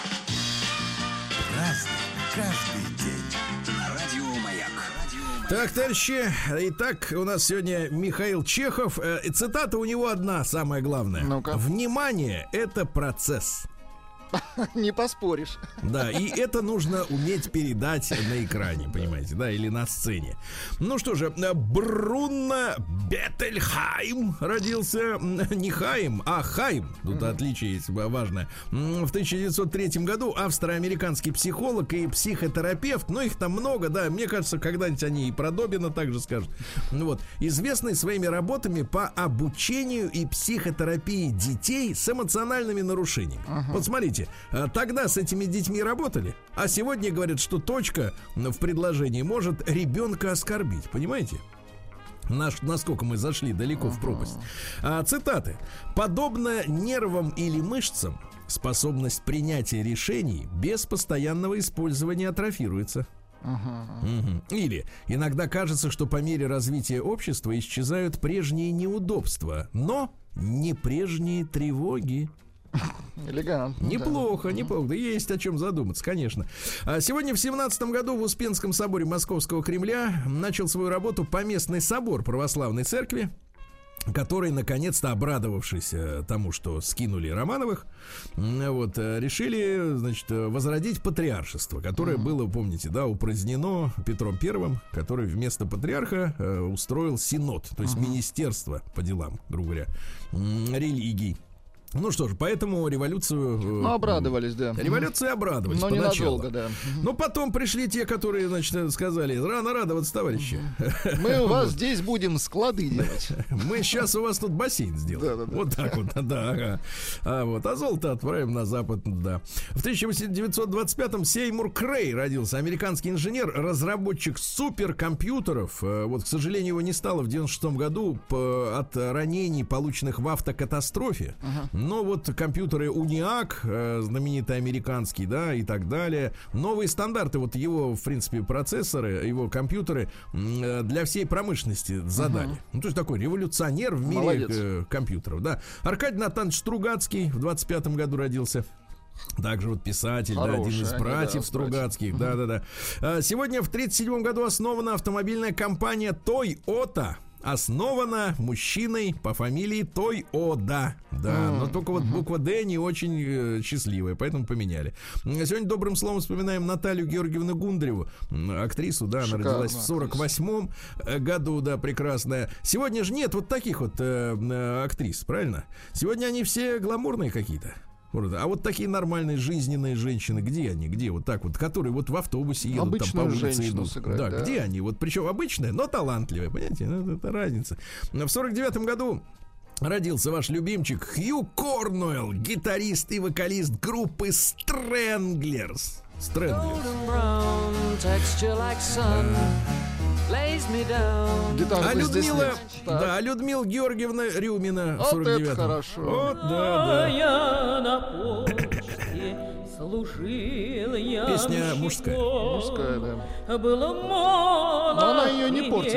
Разный, каждый день. Радио Маяк. Так, товарищи, итак, у нас сегодня Михаил Чехов. Э, цитата у него одна, самая главная. Ну-ка. Внимание – это процесс. Не поспоришь. Да, и это нужно уметь передать на экране, понимаете, да, или на сцене. Ну что же, Бруно Беттельхайм родился, не Хайм, а Хайм. Тут mm-hmm. отличие есть важное. В тысяча девятьсот третьем году австро-американский психолог и психотерапевт, ну их там много, да, мне кажется, когда-нибудь они и про Добина также скажут. Ну вот, известный своими работами по обучению и психотерапии детей с эмоциональными нарушениями. Uh-huh. Вот смотрите, тогда с этими детьми работали, а сегодня говорят, что точка в предложении может ребенка оскорбить, понимаете? Наш, насколько мы зашли далеко uh-huh. в пропасть. А, цитаты. «Подобно нервам или мышцам, способность принятия решений без постоянного использования атрофируется». Uh-huh. Угу. Или иногда кажется, что по мере развития общества исчезают прежние неудобства, но не прежние тревоги. Элегантно. Неплохо, да. неплохо. Да есть о чем задуматься, конечно. Сегодня в семнадцатом году в Успенском соборе Московского Кремля начал свою работу Поместный собор Православной Церкви, который, наконец-то, обрадовавшись тому, что скинули Романовых, вот, решили, значит, возродить патриаршество, которое mm-hmm. было, помните, да, упразднено Петром Первым, который вместо патриарха э, устроил синод, то есть mm-hmm. министерство по делам, грубо говоря, религий. Ну что ж, поэтому революцию... Ну, обрадовались, да. Революции обрадовались но поначалу. Ненадолго, да. Но потом пришли те, которые, значит, сказали: рано радоваться, товарищи. Мы у вас здесь будем склады делать. Мы сейчас у вас тут бассейн сделаем. Да, да, да. Вот так вот, да. Ага. А, вот, а золото отправим на запад, да. В тысяча девятьсот двадцать пятом Сеймур Крей родился, американский инженер, разработчик суперкомпьютеров. Вот, к сожалению, его не стало в девяносто шестом году от ранений, полученных в автокатастрофе. Ага. Но вот компьютеры униак, знаменитый американский, да, и так далее. Новые стандарты, вот его, в принципе, процессоры, его компьютеры для всей промышленности задали. Uh-huh. Ну, то есть такой революционер в мире Молодец. компьютеров, да. Аркадий Натанович Стругацкий в двадцать пятом году родился. Также вот писатель, да, один из братьев да, Стругацких. Да, да, да. Сегодня в тридцать седьмом году основана автомобильная компания Toyota. Основана мужчиной по фамилии Тойода. Да, mm-hmm. но только вот буква Д не очень э, счастливая, поэтому поменяли. Сегодня добрым словом вспоминаем Наталью Георгиевну Гундареву, актрису, да, она родилась в сорок восьмом году, да, прекрасная. Сегодня же нет вот таких вот э, э, актрис, правильно? Сегодня они все гламурные какие-то. А вот такие нормальные жизненные женщины, где они, где вот так вот, которые вот в автобусе едут, обычную там по улице идут. Сыграть, да, да, где они? Вот причем обычные, но талантливые, понимаете? Ну, это разница. В сорок девятом году родился ваш любимчик Хью Корнуэлл, гитарист и вокалист группы Stranglers. Stranglers. А Людмила, да, Людмила Георгиевна Рюмина в сорок девятом. Вот это хорошо. Вот, да, да. Песня мужская. Мужская, да. Но она ее не портит.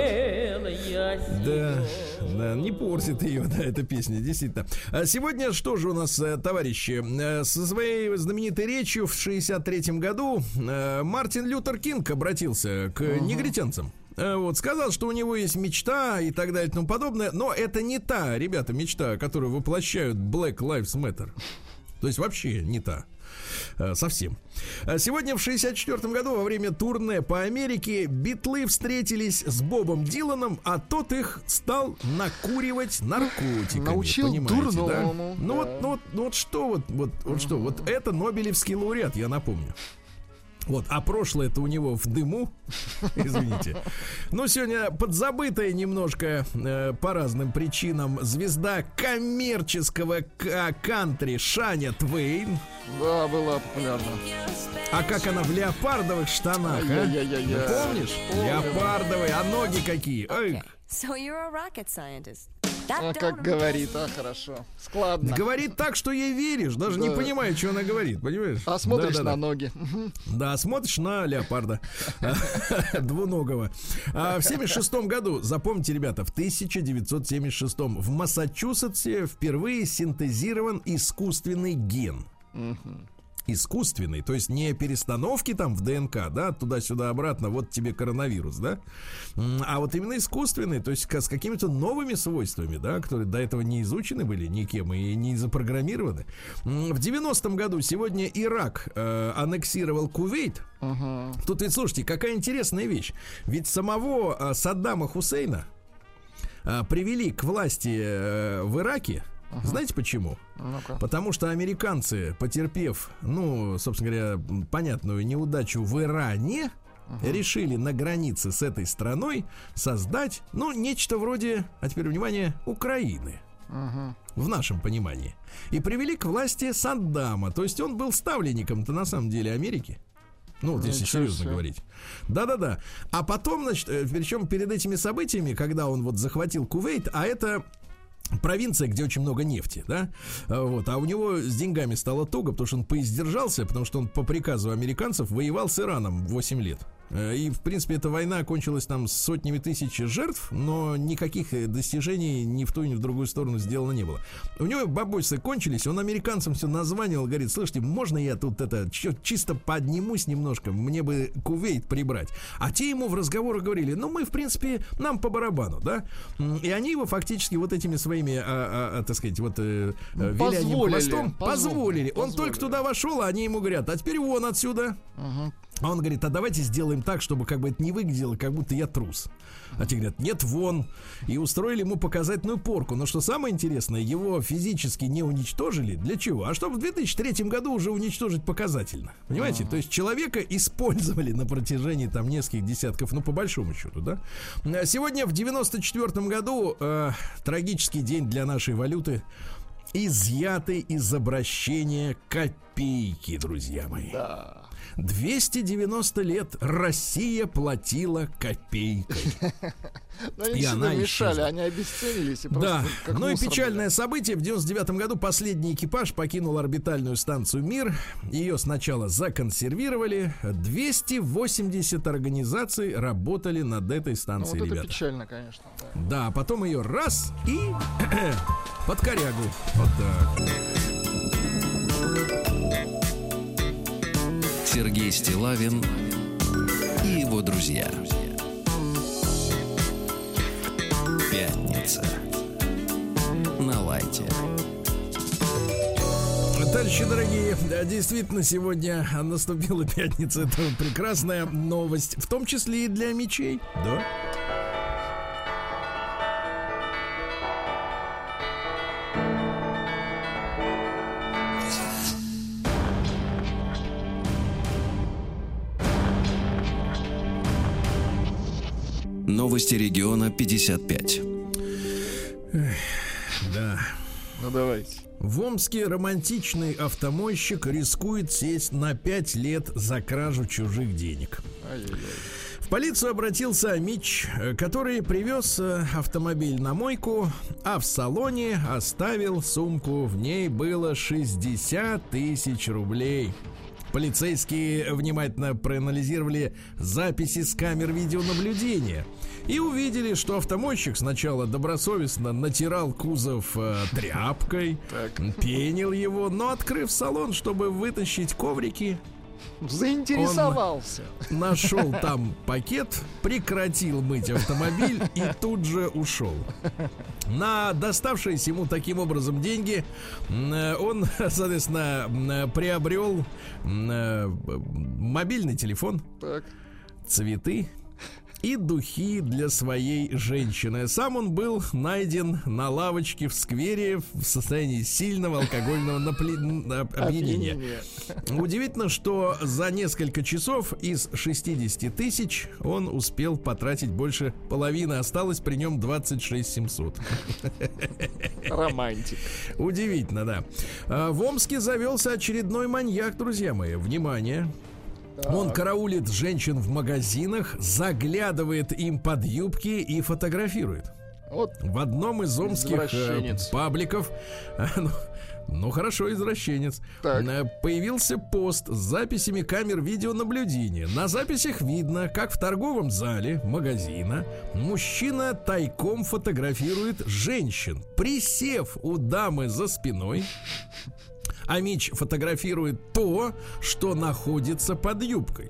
Да, да, не портит ее, да, эта песня, действительно. А сегодня что же у нас, товарищи? Со своей знаменитой речью в шестьдесят третьем году Мартин Лютер Кинг обратился к uh-huh. негритянцам. Вот, сказал, что у него есть мечта и так далее и тому подобное. Но это не та, ребята, мечта, которую воплощают Black Lives Matter. То есть вообще не та. Совсем. Сегодня в шестьдесят четвёртом году во время турне по Америке Битлы встретились с Бобом Диланом, а тот их стал накуривать наркотиками. Научил дурному. Да? Да. Ну, вот, ну, вот, ну вот что вот, вот, вот что, вот это Нобелевский лауреат, я напомню. Вот, а прошлое это у него в дыму. Извините. Ну, сегодня подзабытая немножко э, по разным причинам звезда коммерческого к- кантри Шаня Твейн. Да, была популярна. А как она в леопардовых штанах, а? Помнишь? Леопардовые, а ноги какие? Эх. So you're a rocket scientist. А как говорит, а хорошо. Складно. Говорит так, что ей веришь, даже да. не понимая, что она говорит, понимаешь? А смотришь да, да, на да. ноги. Да, смотришь на леопарда двуногого. В семьдесят шестом году, запомните, ребята, в тысяча девятьсот семьдесят шестом в Массачусетсе впервые синтезирован искусственный ген. Искусственный, то есть не перестановки там в ДНК, да, туда-сюда обратно, вот тебе коронавирус, да, а вот именно искусственный, то есть с какими-то новыми свойствами, да, которые до этого не изучены были никем и не запрограммированы. В девяностом году сегодня Ирак э, аннексировал Кувейт. Uh-huh. Тут ведь, слушайте, какая интересная вещь, ведь самого э, Саддама Хусейна э, привели к власти э, в Ираке. Uh-huh. Знаете почему? Ну-ка. Потому что американцы, потерпев, ну, собственно говоря, понятную неудачу в Иране, uh-huh. решили на границе с этой страной создать, ну, нечто вроде, а теперь внимание, Украины. Uh-huh. В нашем понимании. И привели к власти Саддама. То есть он был ставленником-то на самом деле Америки. Ну, вот если серьезно себе. говорить. Да-да-да. А потом, значит, причем перед этими событиями, когда он вот захватил Кувейт, а это провинция, где очень много нефти, да, вот, а у него с деньгами стало туго, потому что он поиздержался, потому что он по приказу американцев воевал с Ираном восемь лет. И, в принципе, эта война кончилась там с сотнями тысяч жертв, но никаких достижений ни в ту, ни в другую сторону сделано не было. У него бабосы кончились, он американцам все названивал, говорит: слушайте, можно я тут это чисто поднимусь немножко, мне бы Кувейт прибрать. А те ему в разговорах говорили: ну, мы, в принципе, нам по барабану, да? И они его фактически вот этими своими, а, а, а, так сказать, вот э, виляньем хвостом позволили. позволили. Он позволили. Только туда вошел, а они ему говорят: а теперь вон отсюда. Угу. А он говорит: а давайте сделаем так, чтобы как бы это не выглядело, как будто я трус. А те говорят: нет, вон. И устроили ему показательную порку. Но что самое интересное, его физически не уничтожили. Для чего? А чтобы в две тысячи третьем году уже уничтожить показательно. Понимаете? А-а-а. То есть человека использовали на протяжении там нескольких десятков, ну, по большому счету, да? Сегодня в девяносто четвёртом году э, трагический день для нашей валюты. Изъяты из обращения копейки, друзья мои. Да. двести девяносто лет Россия платила копейкой. Но они сюда мешали, они обесценились. Да, ну и печальное событие. В девяносто девятом году последний экипаж покинул орбитальную станцию «Мир». Ее сначала законсервировали. двести восемьдесят организаций работали над этой станцией, ребята. Ну вот это печально, конечно. Да, потом ее раз и под корягу. Вот так. Сергей Стиллавин и его друзья. Пятница на лайте. Товарищи дорогие, действительно, сегодня наступила пятница. Это прекрасная новость, в том числе и для мечей. Да. Новости региона пятьдесят пять. Да. Ну давайте. В Омске романтичный автомойщик рискует сесть на пять лет за кражу чужих денег. Ай-яй-яй. В полицию обратился Амич, который привез автомобиль на мойку, а в салоне оставил сумку. В ней было шестьдесят тысяч рублей. Полицейские внимательно проанализировали записи с камер видеонаблюдения и увидели, что автомойщик сначала добросовестно натирал кузов э, тряпкой, так. пенил его, но, открыв салон, чтобы вытащить коврики, заинтересовался. Он нашел там пакет, прекратил мыть автомобиль и тут же ушел. На доставшиеся ему таким образом деньги он, соответственно, приобрел мобильный телефон, так. цветы и духи для своей женщины. Сам он был найден на лавочке в сквере в состоянии сильного алкогольного напли... опьянения. Удивительно, что за несколько часов из шестидесяти тысяч он успел потратить больше половины. Осталось при нем двадцать шесть тысяч семьсот. Романтик. Удивительно, да. В Омске завелся очередной маньяк, друзья мои. Внимание! Так. Он караулит женщин в магазинах, заглядывает им под юбки и фотографирует. Вот. В одном из омских э, пабликов, э, ну, ну хорошо, извращенец, э, появился пост с записями камер видеонаблюдения. На записях видно, как в торговом зале магазина мужчина тайком фотографирует женщин, присев у дамы за спиной. Амич фотографирует то, что находится под юбкой.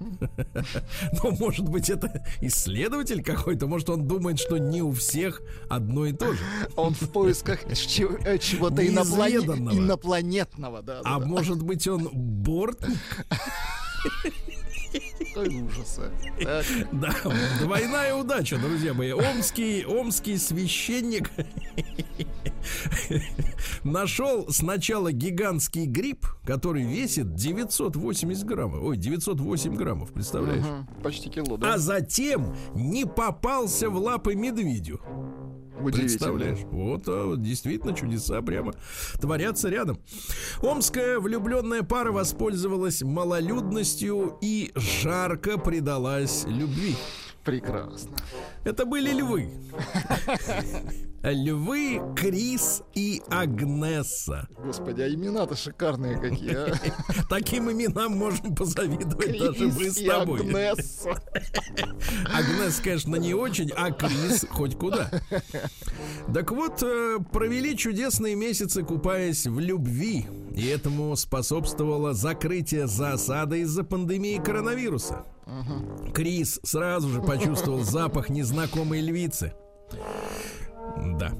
Но, может быть, это исследователь какой-то. Может, он думает, что не у всех одно и то же. Он в поисках чего-то инопланетного. А может быть, он бортник? Какой ужас. Да, двойная удача, друзья мои. Омский, омский священник нашел сначала гигантский гриб, который весит девятьсот восемьдесят граммов. Ой, девятьсот восемь граммов, представляешь? Угу, почти кило, да. А затем не попался в лапы медведю. Представляешь? Вот, а, действительно, чудеса прямо творятся рядом. Омская влюбленная пара воспользовалась малолюдностью и жарко предалась любви. Прекрасно. Это были львы. Львы, Крис и Агнесса. Господи, а имена-то шикарные какие, а? Таким именам можем позавидовать даже мы с Крис и тобой. Агнесса. Агнесса, конечно, не очень, а Крис хоть куда. Так вот, э, провели чудесные месяцы, купаясь в любви. И этому способствовало закрытие засады из-за пандемии коронавируса. Крис сразу же почувствовал запах незнакомой львицы. Да.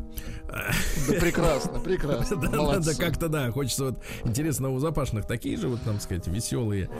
Да прекрасно, прекрасно. Да, да, Молодцы. да, как-то да, хочется вот, интересно, у запашных такие же вот, там сказать, веселые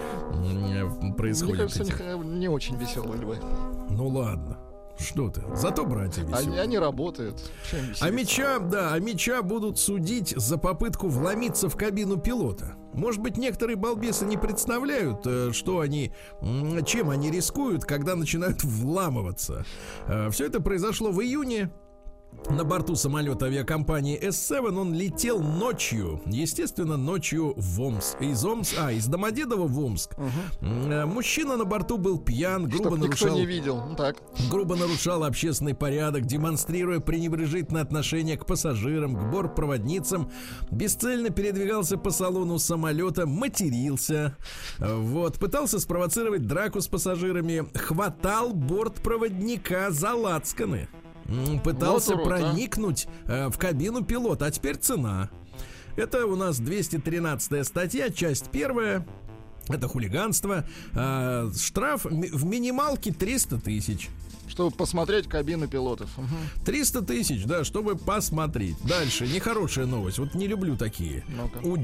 м, Мне происходят. кажется, у эти. них не очень веселые львы. Ну ладно, что ты, зато братья Они, веселые. они работают. Чем А веселиться? Мича, да, а Мича будут судить за попытку вломиться в кабину пилота. Может быть, некоторые балбесы не представляют, э, что они, м, чем они рискуют, когда начинают вламываться. Все это произошло в июне. На борту самолета авиакомпании эс семь он летел ночью, естественно, ночью в Омск. Из Омск, а, из Домодедово в Омск. Угу. Мужчина на борту был пьян, грубо Чтоб никто нарушал, не видел. Ну так. грубо нарушал общественный порядок, демонстрируя пренебрежительное отношение к пассажирам, к бортпроводницам, бесцельно передвигался по салону самолета, матерился, вот, пытался спровоцировать драку с пассажирами, хватал бортпроводника за лацканы. Пытался Вот урод, проникнуть а? в кабину пилота. А теперь цена. Это у нас двести тринадцатая статья, часть первая. Это хулиганство. А, штраф в минималке триста тысяч. Чтобы посмотреть кабины пилотов. Угу. триста тысяч, да, чтобы посмотреть. Дальше, нехорошая новость. Вот не люблю такие. Ну-ка. У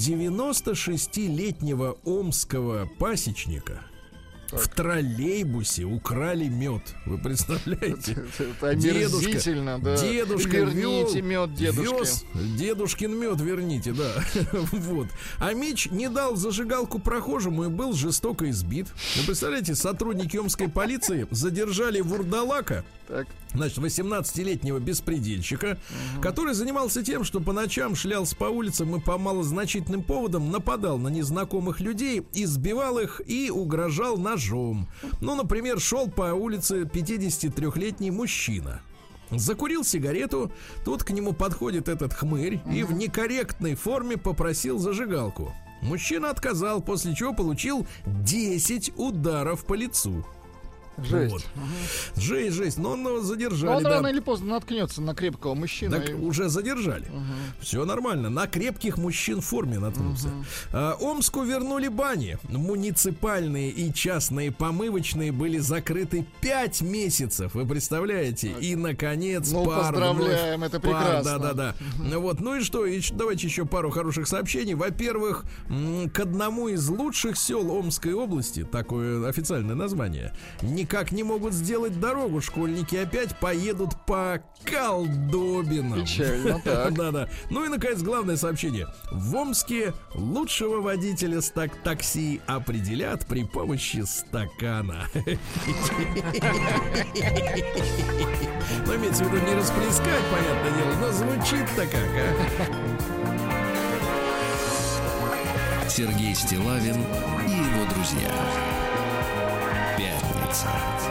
девяностошестилетнего омского пасечника в троллейбусе украли мед. Вы представляете? Это омерзительно, да. Дедушка Верните вел, мед дедушке. вез, дедушкин мед верните, да. Вот. А Мич не дал зажигалку прохожему и был жестоко избит. Вы представляете, сотрудники омской полиции задержали вурдалака, Так. значит, восемнадцатилетнего беспредельщика, угу. который занимался тем, что по ночам шлялся по улицам и по малозначительным поводам нападал на незнакомых людей, избивал их и угрожал ножом. Ну, например, шел по улице пятидесятитрёхлетний мужчина. Закурил сигарету, тут к нему подходит этот хмырь и в некорректной форме попросил зажигалку. Мужчина отказал, после чего получил десять ударов по лицу. Жесть. Вот. Угу. Жесть, жесть. Но он его задержали. Но он да. рано или поздно наткнется на крепкого мужчину. Так и... уже задержали. Угу. Все нормально. На крепких мужчин в форме наткнулся. Угу. А, Омску вернули бани. Муниципальные и частные помывочные были закрыты пять месяцев. Вы представляете? Так. И, наконец, ну, пар поздравляем, вновь, это пар, прекрасно. Да, да, да. Угу. Вот. Ну и что? И давайте еще пару хороших сообщений. Во-первых, к одному из лучших сел Омской области, такое официальное название, никак не могут сделать дорогу. Школьники опять поедут по колдобинам. Печально, так. Да-да. Ну и, наконец, главное сообщение. В Омске лучшего водителя стак такси определят при помощи стакана. Ну, имеется в виду не расплескать, понятное дело, но звучит-то как, а? Сергей Стиллавин и его друзья. Пятница.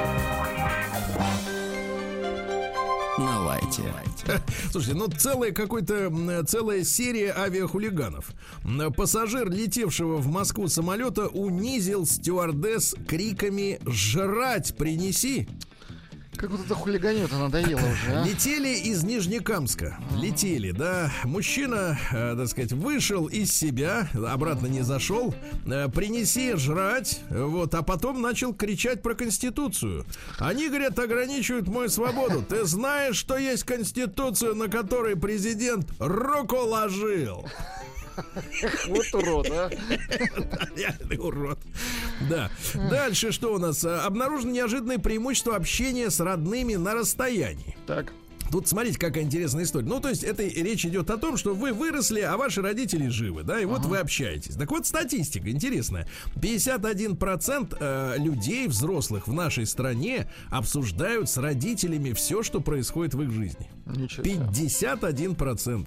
На лайте. Слушайте, ну целая какой-то целая серия авиахулиганов. Пассажир, летевшего в Москву самолета, унизил стюардесс криками «Жрать принеси!». Как вот это хулиганье-то надоело уже, а? Летели из Нижнекамска. Летели, да. Мужчина, э, так сказать, вышел из себя, обратно не зашел. Э, принеси жрать. Вот, а потом начал кричать про Конституцию. Они, говорят, ограничивают мою свободу. Ты знаешь, что есть Конституция, на которой президент руку ложил? Вот урод, а. Реальный урод. Да. Дальше что у нас? Обнаружено неожиданное преимущество общения с родными на расстоянии. Так. Тут смотрите, какая интересная история. Ну, то есть, это речь идет о том, что вы выросли, а ваши родители живы, да, и вот ага. вы общаетесь. Так вот, статистика интересная. пятьдесят один процент э, людей, взрослых в нашей стране, обсуждают с родителями все, что происходит в их жизни. пятьдесят один процент.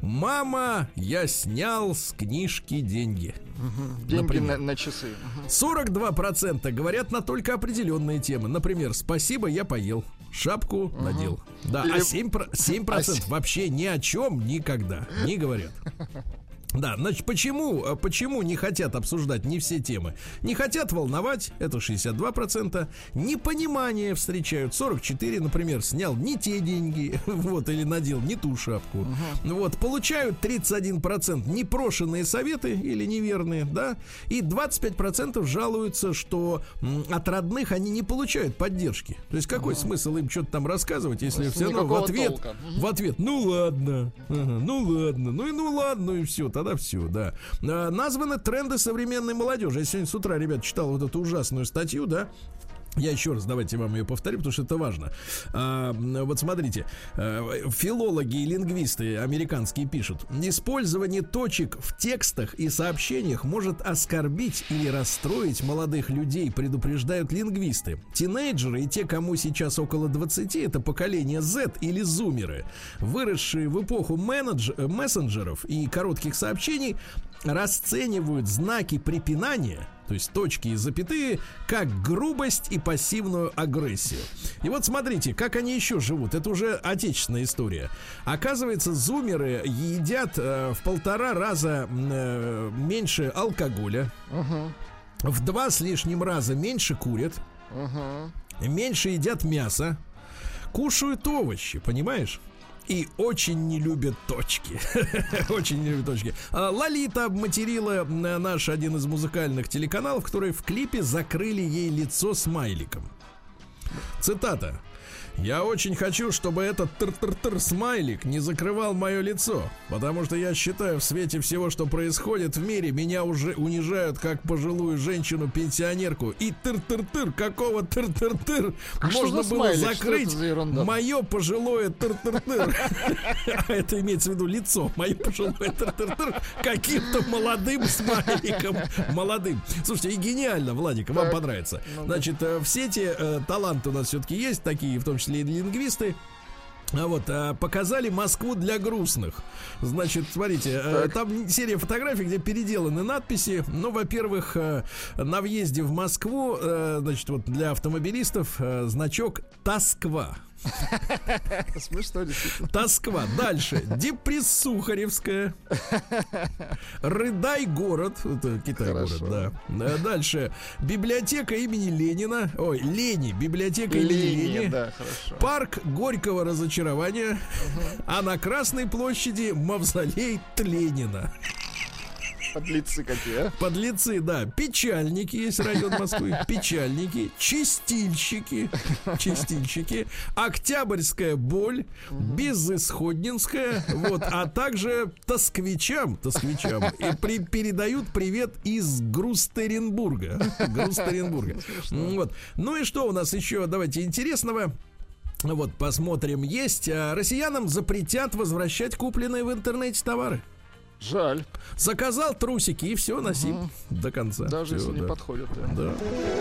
Мама, я снял с книжки деньги. Угу. Деньги на, на часы. Угу. сорок два процента говорят на только определенные темы. Например, спасибо, я поел. Шапку угу. надел. Да, Или... а семь процентов а... вообще ни о чем никогда не говорят. Да, значит, почему, почему не хотят обсуждать не все темы? Не хотят волновать, это шестьдесят два процента. Непонимание встречают, сорок четыре процента, например, снял не те деньги, вот, или надел не ту шапку. Uh-huh. Вот, получают тридцать один процент непрошенные советы или неверные, да, и двадцать пять процентов жалуются, что м, от родных они не получают поддержки. То есть какой uh-huh. смысл им что-то там рассказывать, если все равно в ответ, uh-huh. в ответ, ну ладно, ага, ну ладно, ну и ну ладно, и все. Тогда все, да. А, названы тренды современной молодежи. Я сегодня с утра, ребят, читал вот эту ужасную статью, да. Я еще раз, давайте вам ее повторю, потому что это важно. А, вот смотрите, а, филологи и лингвисты американские пишут: использование точек в текстах и сообщениях может оскорбить или расстроить молодых людей, предупреждают лингвисты. Тинейджеры и те, кому сейчас около двадцати, это поколение Z или зумеры, выросшие в эпоху менедж... мессенджеров и коротких сообщений, расценивают знаки препинания, то есть точки и запятые, как грубость и пассивную агрессию. И вот смотрите, как они еще живут. Это уже отечественная история. Оказывается, зумеры едят э, в полтора раза э, меньше алкоголя, uh-huh. в два с лишним раза меньше курят, uh-huh. меньше едят мясо, кушают овощи, понимаешь? И очень не любят точки. Очень не любят точки. Лолита обматерила наш один из музыкальных телеканалов, которые в клипе закрыли ей лицо смайликом. Цитата: «Я очень хочу, чтобы этот тыр-тыр-тыр смайлик не закрывал мое лицо, потому что я считаю, в свете всего, что происходит в мире, меня уже унижают как пожилую женщину-пенсионерку. И тыр-тыр-тыр, какого тыр-тыр-тыр а можно было смайлик? Закрыть мое пожилое тыр-тыр-тыр». Это имеется в виду лицо, мое пожилое тыр-тыр-тыр, каким-то молодым смайликом. Молодым. Слушайте, и гениально, Владик, вам понравится. Значит, в сети таланты у нас все-таки есть такие, в том числе лингвисты. А вот, а, показали Москву для грустных. Значит, смотрите, а, там серия фотографий, где переделаны надписи. Ну, во-первых, а, на въезде в Москву, а, значит, вот для автомобилистов а, значок «Тосква». Смешно, действительно. Тосква. Дальше. Депрессухаревская. Рыдай город. Это Китай-город, да. Дальше. Библиотека имени Ленина. Ой, Лени. Библиотека имени Лени. Да, хорошо. Парк Горького разочарования. Угу. А на Красной площади мавзолей Ленина. Подлецы какие, а? Подлецы, да. Печальники, есть район Москвы. Печальники, чистильщики, чистильщики, Октябрьская боль, Безысходнинская, вот, а также тосквичам, тосквичам и при, передают привет из Грустеренбурга. Грустеренбурга. Вот. Ну и что у нас еще, давайте, интересного? Вот, посмотрим. Есть. Россиянам запретят возвращать купленные в интернете товары. Жаль. Заказал трусики и все, носи угу. до конца. Даже все, если да. не подходят. Да. Да.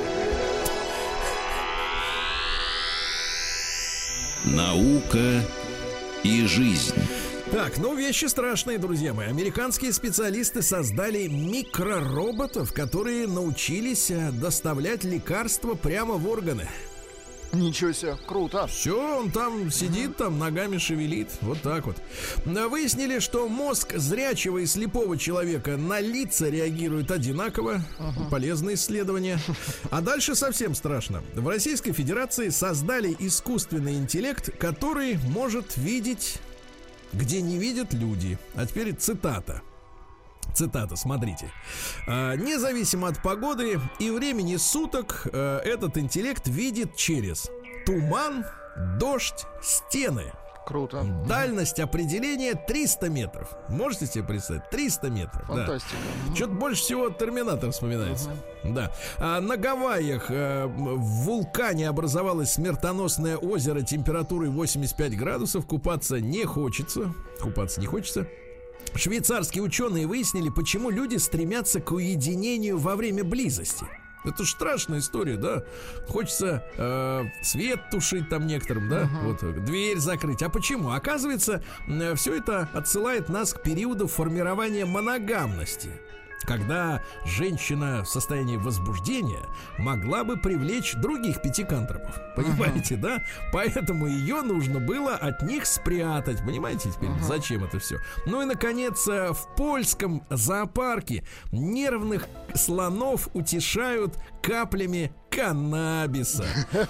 Наука и жизнь. Так, ну вещи страшные, друзья мои. Американские специалисты создали микророботов, которые научились доставлять лекарства прямо в органы. Ничего себе, круто. Все, он там сидит, там ногами шевелит. Вот так вот. Выяснили, что мозг зрячего и слепого человека на лица реагирует одинаково. uh-huh. Полезное исследование. А дальше совсем страшно. В Российской Федерации создали искусственный интеллект, который может видеть, где не видят люди. А теперь цитата. Цитата, смотрите. А, независимо от погоды и времени суток, а, этот интеллект видит через туман, дождь, стены. Круто. Дальность определения триста метров. Можете себе представить? триста метров. Фантастика. Да. Что-то больше всего Терминатор вспоминается. Uh-huh. Да. А на Гавайях а, в вулкане образовалось смертоносное озеро температурой восемьдесят пять градусов. Купаться не хочется. Купаться не хочется. Швейцарские ученые выяснили, почему люди стремятся к уединению во время близости. Это ж страшная история, да? Хочется э, свет тушить там некоторым, да? Uh-huh. Вот, дверь закрыть. А почему? Оказывается, э, все это отсылает нас к периоду формирования моногамности, когда женщина в состоянии возбуждения могла бы привлечь других пятикантропов. Понимаете, uh-huh. да? Поэтому ее нужно было от них спрятать. Понимаете теперь, uh-huh. зачем это все? Ну и, наконец, в польском зоопарке нервных слонов утешают каплями каннабиса.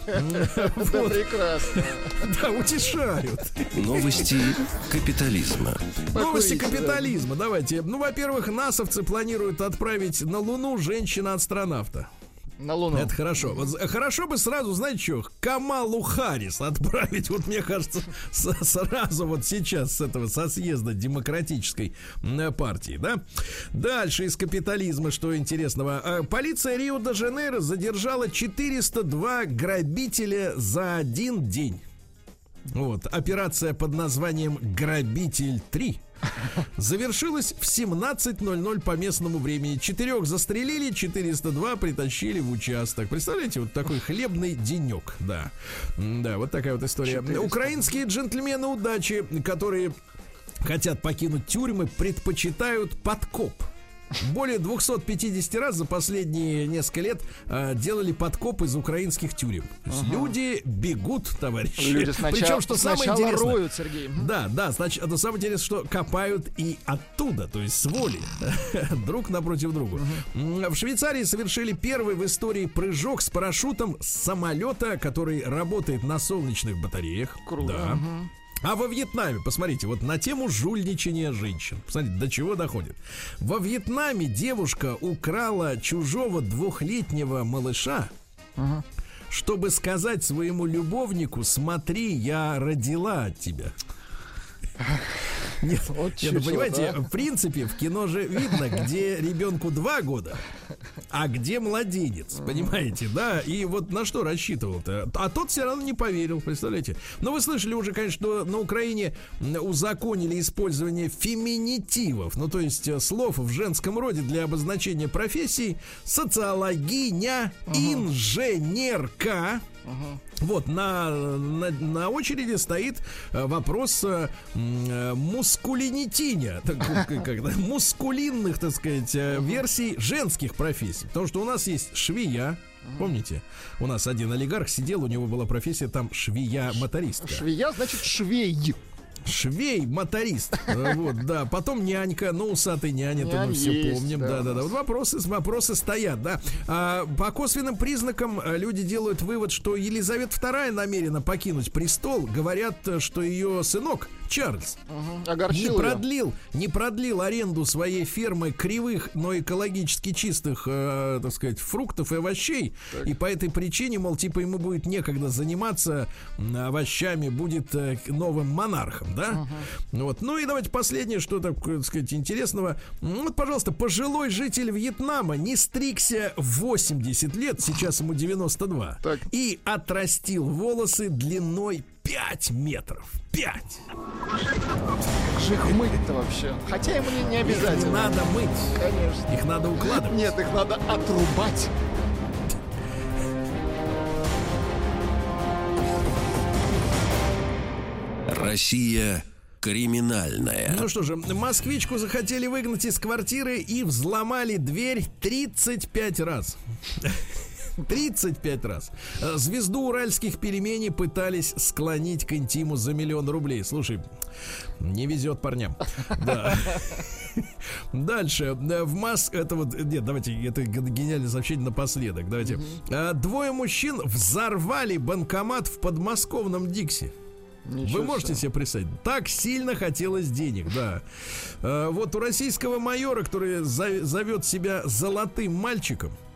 Это прекрасно. Да, утешают. Новости капитализма. Новости капитализма. Давайте. Ну, во-первых, насовцы планируют отправить на Луну женщина-астронавта. На Луну. Это хорошо. Вот хорошо бы сразу, знаете что, Камалу Харрис отправить. Вот мне кажется, с- сразу вот сейчас с этого со съезда демократической партии, да? Дальше из капитализма, что интересного. Полиция Рио-де-Жанейро задержала четыреста два грабителя за один день. Вот. Операция под названием «Грабитель три» завершилась в семнадцать ноль ноль по местному времени. Четырех застрелили, четыреста два притащили в участок. Представляете, вот такой хлебный денек. Да, да, вот такая вот история. четыреста. Украинские джентльмены удачи, которые хотят покинуть тюрьмы, предпочитают подкоп. Более двести пятьдесят раз за последние несколько лет э, делали подкоп из украинских тюрем. То есть ага. люди бегут, товарищи. Люди сначала, Причем, что самое интересное, роют, Сергей. Да, да, значит, это самое интересное, что копают и оттуда, то есть с воли, друг напротив друга. В Швейцарии совершили первый в истории прыжок с парашютом с самолета, который работает на солнечных батареях. Круто. Да. Угу. А во Вьетнаме, посмотрите, вот на тему жульничания женщин. Посмотрите, до чего доходит. Во Вьетнаме девушка украла чужого двухлетнего малыша, uh-huh. чтобы сказать своему любовнику: смотри, я родила от тебя. Нет, вот нет, ну, понимаете, да? В принципе, в кино же видно, где ребенку два года, а где младенец, понимаете, да? И вот на что рассчитывал-то? А тот все равно не поверил, представляете? Но вы слышали уже, конечно, что на Украине узаконили использование феминитивов, ну, то есть слов в женском роде для обозначения профессий: социологиня, uh-huh. инженерка. Uh-huh. Вот, на, на, на очереди стоит вопрос э, мускулинитиня, так, когда, мускулинных, так сказать, версий женских профессий. Потому что у нас есть швея. Помните, у нас один олигарх сидел, у него была профессия там швея-мотористка. Швея значит швей. Швей-моторист. Вот, да. Потом нянька, ну, усатый нянь, это мы все помним. Да, да, да. Вот вопросы, вопросы стоят, да. А, по косвенным признакам люди делают вывод, что Елизавета вторая намерена покинуть престол. Говорят, что ее сынок Чарльз угу. не продлил, не продлил аренду своей фермы кривых, но экологически чистых, э, так сказать, фруктов и овощей. Так. И по этой причине, мол, типа ему будет некогда заниматься овощами, будет э, новым монархом, да? Uh-huh. Вот. Ну и давайте последнее, что так, так сказать, интересного. Вот, пожалуйста, пожилой житель Вьетнама не стригся в восемьдесят лет, сейчас ему девяносто два, так. и отрастил волосы длиной пять метров. пять. Как же их мыть-то вообще? Хотя ему не, не обязательно. Их надо мыть. Конечно. Их надо укладывать. Нет, их надо отрубать. Россия криминальная. Ну что же, москвичку захотели выгнать из квартиры и взломали дверь тридцать пять раз. тридцать пять раз. Звезду уральских пельменей пытались склонить к интиму за миллион рублей. Слушай, не везет парням. Да. Дальше. В Моск... Это вот... Нет, давайте, это гениальное сообщение напоследок. Давайте. Mm-hmm. Двое мужчин взорвали банкомат в подмосковном Дикси. Ничего Вы можете себе представить? Так сильно хотелось денег, да. А, вот у российского майора, который зовет себя золотым мальчиком, так.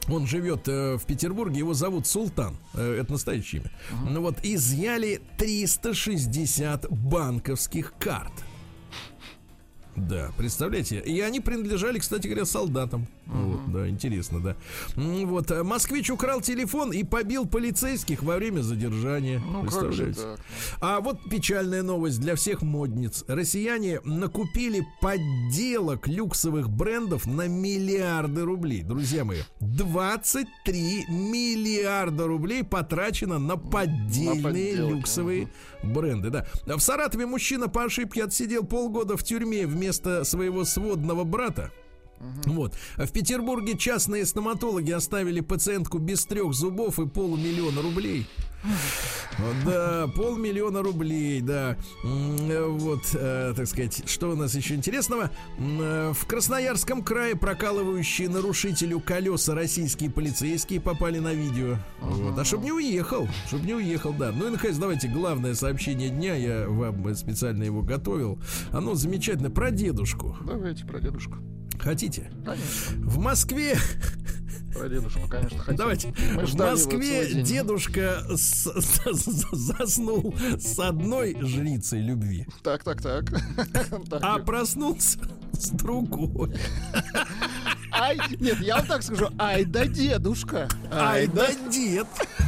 Он живет э, в Петербурге, его зовут Султан, э, это настоящее имя. Uh-huh. Ну вот, изъяли триста шестьдесят банковских карт. Да, представляете? И они принадлежали, кстати говоря, солдатам. Uh-huh. Вот, да, интересно, да. Вот, москвич украл телефон и побил полицейских во время задержания. Ну, представляете? Как же так? А вот печальная новость для всех модниц. Россияне накупили подделок люксовых брендов на миллиарды рублей. Друзья мои, двадцать три миллиарда рублей потрачено на поддельные на люксовые uh-huh. бренды. Да. В Саратове мужчина по ошибке отсидел полгода в тюрьме вместо своего сводного брата. Uh-huh. Вот. В Петербурге частные стоматологи оставили пациентку без трех зубов и полумиллиона рублей. Да, полмиллиона рублей, да. Вот, э, так сказать, что у нас еще интересного? В Красноярском крае прокалывающие нарушителю колеса российские полицейские попали на видео. Вот. А чтоб не уехал, чтоб не уехал, да. Ну и, наконец, давайте главное сообщение дня. Я вам специально его готовил. Оно замечательно, про дедушку. Давайте про дедушку. Хотите? Конечно. В Москве... Про дедушку, конечно, хотим. Давайте. В Москве дедушка с, с, с, заснул с одной жрицей любви. Так, так, так. А проснулся с другой. Ай, нет, я вам так скажу. Ай да дедушка. Ай да дед.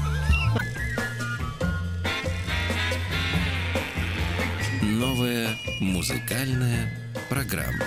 Новая музыкальная программа.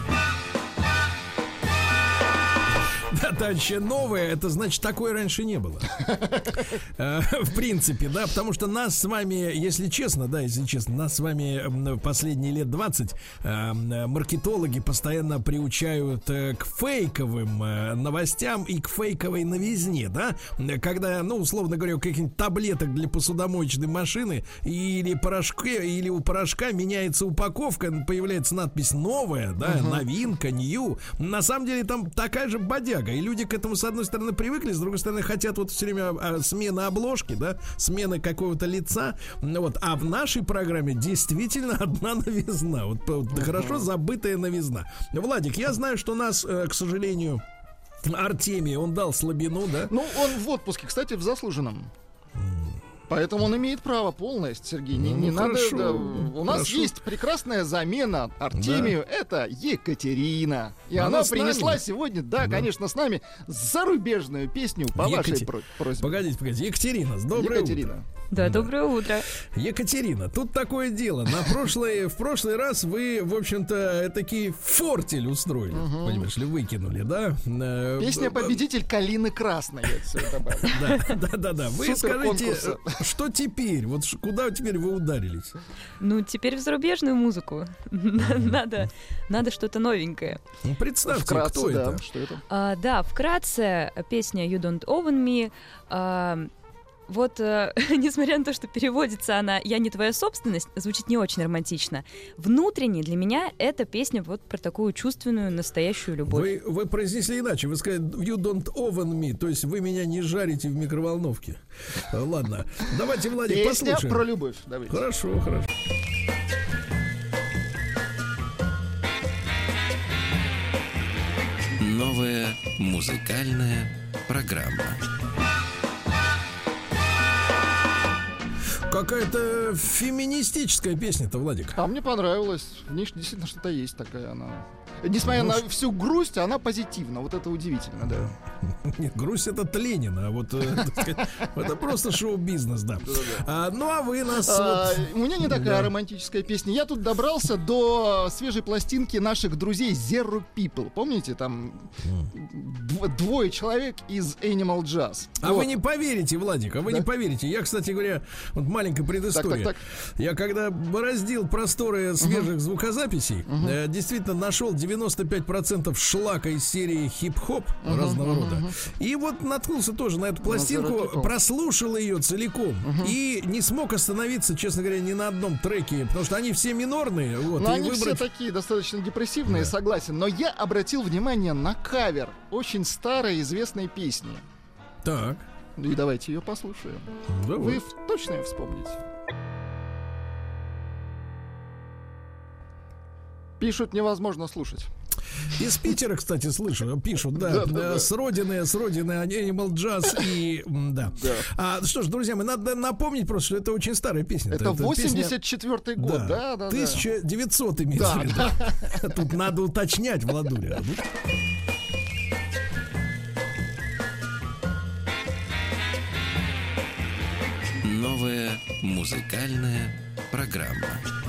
Да, товарищи, новое, это значит, такое раньше не было. В принципе, да, потому что нас с вами, если честно, да, если честно, нас с вами последние лет двадцать маркетологи постоянно приучают к фейковым новостям и к фейковой новизне, да, когда, ну, условно говоря, каких-нибудь таблеток для посудомоечной машины или порошка, или у порошка меняется упаковка, появляется надпись «новая», да, uh-huh. новинка, new. На самом деле там такая же бодяга. И люди к этому, с одной стороны, привыкли, с другой стороны, хотят вот все время а, смены обложки, да, смены какого-то лица. Вот. А в нашей программе действительно одна новизна. Вот, вот uh-huh. хорошо забытая новизна. Владик, я знаю, что нас, э, к сожалению, Артемий, он дал слабину, да? Ну, он в отпуске, кстати, в заслуженном. Поэтому он имеет право полностью, Сергей. Не, ну, не надо. Да, у нас хорошо. Есть прекрасная замена Артемию. Да. Это Екатерина. И она, она принесла сегодня, да, да, конечно, с нами зарубежную песню по Екатер... вашей просьбе. Погодите, погодите. Екатерина, доброе Екатерина. утро. Да, доброе утро. Екатерина, тут такое дело. На прошлый, в прошлый раз вы, в общем-то, такие фортель устроили. Угу. Понимаешь ли, выкинули, да? Песня «Победитель калины красной». Я все добавил. Да, да, да, да. Вы скажите, что теперь? Вот куда теперь вы ударились? Ну, теперь в зарубежную музыку. Надо, надо что-то новенькое. Ну, представьте, вкратце, кто да, это? Что это? А, да, вкратце, песня «You Don't Own Me». А, вот, э, несмотря на то, что переводится она «Я не твоя собственность», звучит не очень романтично. Внутренне для меня эта песня вот про такую чувственную, настоящую любовь. Вы, вы произнесли иначе, вы сказали «You don't oven me», то есть вы меня не жарите в микроволновке. Ладно, давайте, Владик, послушаем. Песня про любовь. Давайте. Хорошо, хорошо. Новая музыкальная программа. Какая-то феминистическая песня-то, Владик. А мне понравилось. В ней действительно что-то есть такая она. Несмотря ну, на всю грусть, она позитивна. Вот это удивительно, да. Нет, грусть — это Ленина, а вот это просто шоу-бизнес, да. Ну, а вы нас... У меня не такая романтическая песня. Я тут добрался до свежей пластинки наших друзей Zero People. Помните, там двое человек из Animal Jazz. А вы не поверите, Владик, а вы не поверите. Я, кстати говоря, вот маленькая предыстория. Я когда бороздил просторы свежих звукозаписей, действительно нашел девяносто пять процентов шлака из серии хип-хоп uh-huh, разного uh-huh, рода. Uh-huh. И вот наткнулся тоже на эту пластинку, uh-huh. прослушал ее целиком uh-huh. и не смог остановиться, честно говоря, ни на одном треке, потому что они все минорные. Вот, но и они выбрать... все такие достаточно депрессивные, да. Согласен. Но я обратил внимание на кавер очень старой известной песни. Так. И давайте ее послушаем. Давай. Вы точно ее вспомните. Пишут, невозможно слушать. Из Питера, кстати, слышу, пишут, да, да, с родины, с родины Animal Jazz и, да. А, что ж, друзья, мы надо напомнить просто, что это очень старая песня. Это восемьдесят четвёртый год, да, да, тысяча девятисотый имеется в виду. Тут надо уточнять, Владуля. Новая музыкальная программа.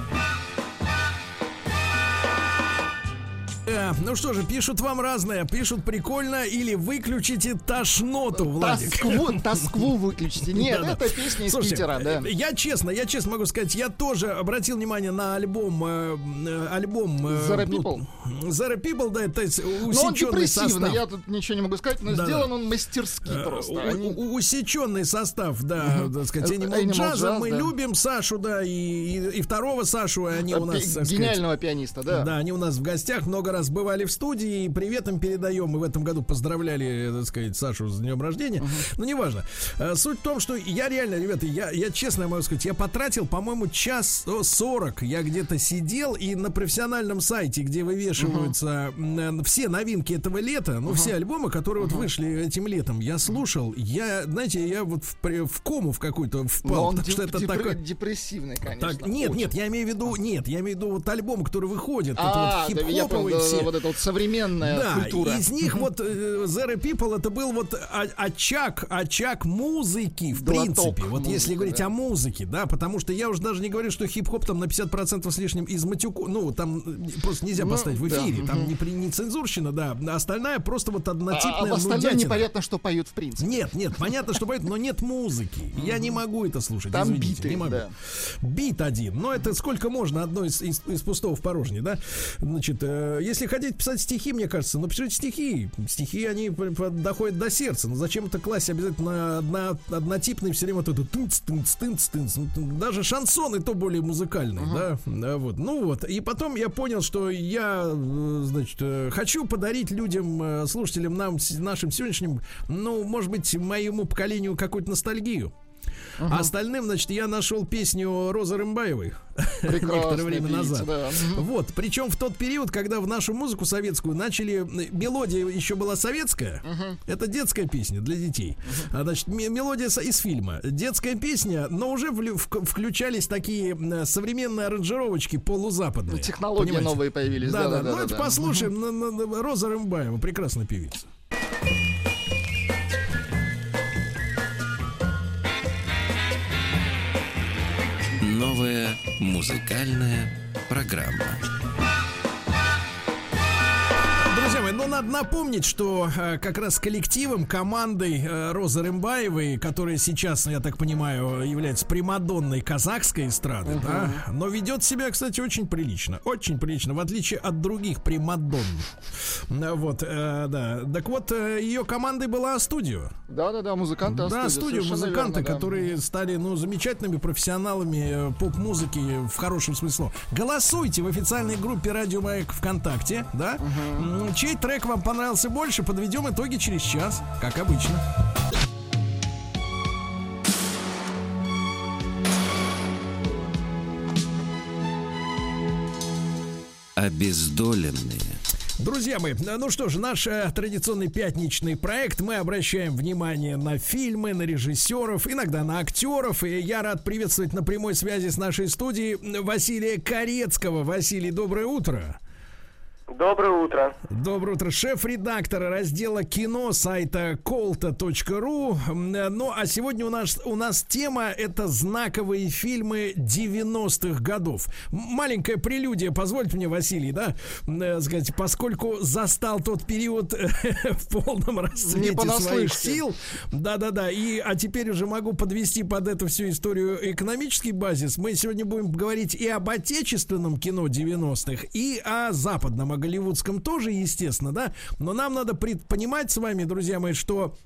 Ну что же, пишут вам разное. Пишут прикольно или выключите тошноту, Владик. Тоскву, тоскву выключите. Нет, да, это да. песня из Слушайте, Питера, да. Я честно, я честно могу сказать, я тоже обратил внимание на альбом э, альбом э, Zara People. Ну, Zara People, да, это усеченный но он депрессивный, состав. Я тут ничего не могу сказать, но да, сделан да. он мастерски э, просто. Они... У, усеченный состав, да, uh-huh. так сказать, Animal, Animal Jazz. Jazz мы да. любим Сашу, да, и, и, и второго Сашу, они у нас, так гениального сказать, пианиста, да. Да, они у нас в гостях, много раз бывали в студии, привет им передаем. Мы в этом году поздравляли, так сказать, Сашу с днем рождения. Uh-huh. Но неважно. Суть в том, что я реально, ребята, я, я честно могу сказать, я потратил, по-моему, час сорок. Я где-то сидел, и на профессиональном сайте, где вывешиваются uh-huh. все новинки этого лета, ну, uh-huh. все альбомы, которые uh-huh. вот вышли этим летом, я слушал. Я, знаете, я вот в, в кому в какую-то впал. Он так, деп- что это депр- такой... депрессивный, конечно. Так, нет, очень. нет, я имею в виду, нет, я имею в виду вот альбом, который выходит. А, это вот да, я понял, хип-хоповый все. вот это вот современная да, культура. Из них вот uh, Zara People это был вот очаг, очаг музыки, в Глоток принципе. Вот музыки, если говорить да. о музыке, да, потому что я уже даже не говорю, что хип-хоп там на пятьдесят процентов с лишним из матюку, ну, там просто нельзя ну, поставить в эфире, да. там угу. не, при, не цензурщина, да, остальная просто вот однотипная а, а нудятина. непонятно, что поют в принципе. Нет, нет, понятно, что поют, но нет музыки. Я не могу это слушать, там извините, биты, не могу. Да. Бит один, но это сколько можно, одно из, из, из пустого в порожнее, да? Значит, э, если хотите писать стихи, мне кажется, ну, пишите стихи. Стихи, они доходят до сердца. Но зачем это класть обязательно одно, однотипный все время вот это тынц, тынц, тынц, тынц. Даже шансон и то более музыкальный, uh-huh. да? Вот. Ну вот. И потом я понял, что я, значит, хочу подарить людям, слушателям, нам, нашим сегодняшним, ну, может быть, моему поколению какую-то ностальгию. Uh-huh. А остальным, значит, я нашел песню Розы Рымбаевой некоторое время певица, назад. Да. Uh-huh. Вот, причем в тот период, когда в нашу музыку советскую начали, мелодия еще была советская, uh-huh. это детская песня для детей. Uh-huh. А, значит, м- мелодия из фильма, детская песня, но уже в- в- включались такие современные аранжировочки полузападные. Технологии понимаете? новые появились. Да, да, да, ну да, это да. послушаем. Uh-huh. Роза Рымбаева, прекрасная певица. Новая музыкальная программа. Друзья мои, ну надо напомнить, что э, как раз коллективом, командой э, Розы Рымбаевой, которая сейчас, я так понимаю, является примадонной казахской эстрады, uh-huh. да, но ведет себя, кстати, очень прилично, очень прилично, в отличие от других примадонн. Вот, э, да. Так вот, э, ее командой была студио. Да-да-да, музыканты. Да, студио, музыканты, верно, которые да. стали, ну, замечательными профессионалами э, поп-музыки в хорошем смысле. Голосуйте в официальной группе Радио Маяк ВКонтакте, да? Uh-huh. Чей трек вам понравился больше, подведем итоги через час, как обычно. Обездоленные. Друзья мои, ну что ж, наш э, традиционный пятничный проект. Мы обращаем внимание на фильмы, на режиссеров, иногда на актеров. И я рад приветствовать на прямой связи с нашей студией Василия Корецкого. Василий, доброе утро. Доброе утро. Доброе утро. Шеф-редактор раздела кино сайта колта точка ру. Ну, а сегодня у нас, у нас тема — это знаковые фильмы девяностых годов. Маленькая прелюдия, позвольте мне, Василий, да, сказать, поскольку застал тот период в полном расцвете своих сил. Да-да-да. И, а теперь уже могу подвести под эту всю историю экономический базис. Мы сегодня будем говорить и об отечественном кино девяностых, и о западном, о голливудском тоже, естественно, да, но нам надо пред- понимать с вами, друзья мои, что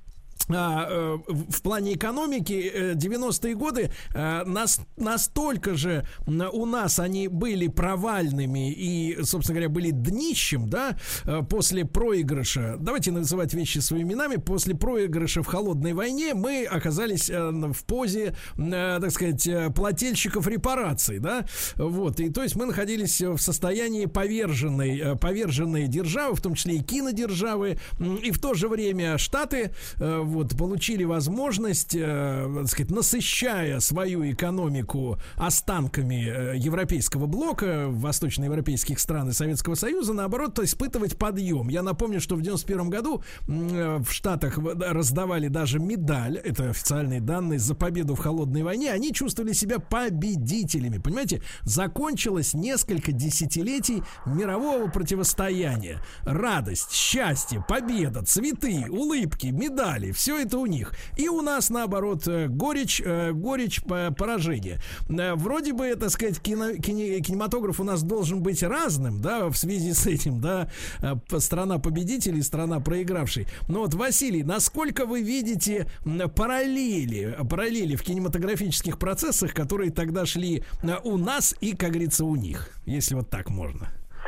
в плане экономики девяностые годы нас, настолько же у нас они были провальными и, собственно говоря, были днищем, да, после проигрыша, давайте называть вещи своими именами, после проигрыша в холодной войне мы оказались в позе, так сказать, плательщиков репараций, да, вот, и то есть мы находились в состоянии поверженной, поверженной державы, в том числе и кинодержавы, и в то же время Штаты, вот, Вот, получили возможность, э, так сказать, насыщая свою экономику останками э, европейского блока, восточноевропейских стран и Советского Союза, наоборот, испытывать подъем. Я напомню, что в девяносто первом году э, в Штатах раздавали даже медаль, это официальные данные, за победу в холодной войне. Они чувствовали себя победителями, понимаете? Закончилось несколько десятилетий мирового противостояния. Радость, счастье, победа, цветы, улыбки, медали, все Все это у них. И у нас, наоборот, горечь, горечь поражения. Вроде бы, так сказать, кино, кино, кинематограф у нас должен быть разным, да, в связи с этим, да, страна победителей, страна проигравшей. Но вот, Василий, насколько вы видите параллели, параллели в кинематографических процессах, которые тогда шли у нас и, как говорится, у них, если вот так можно?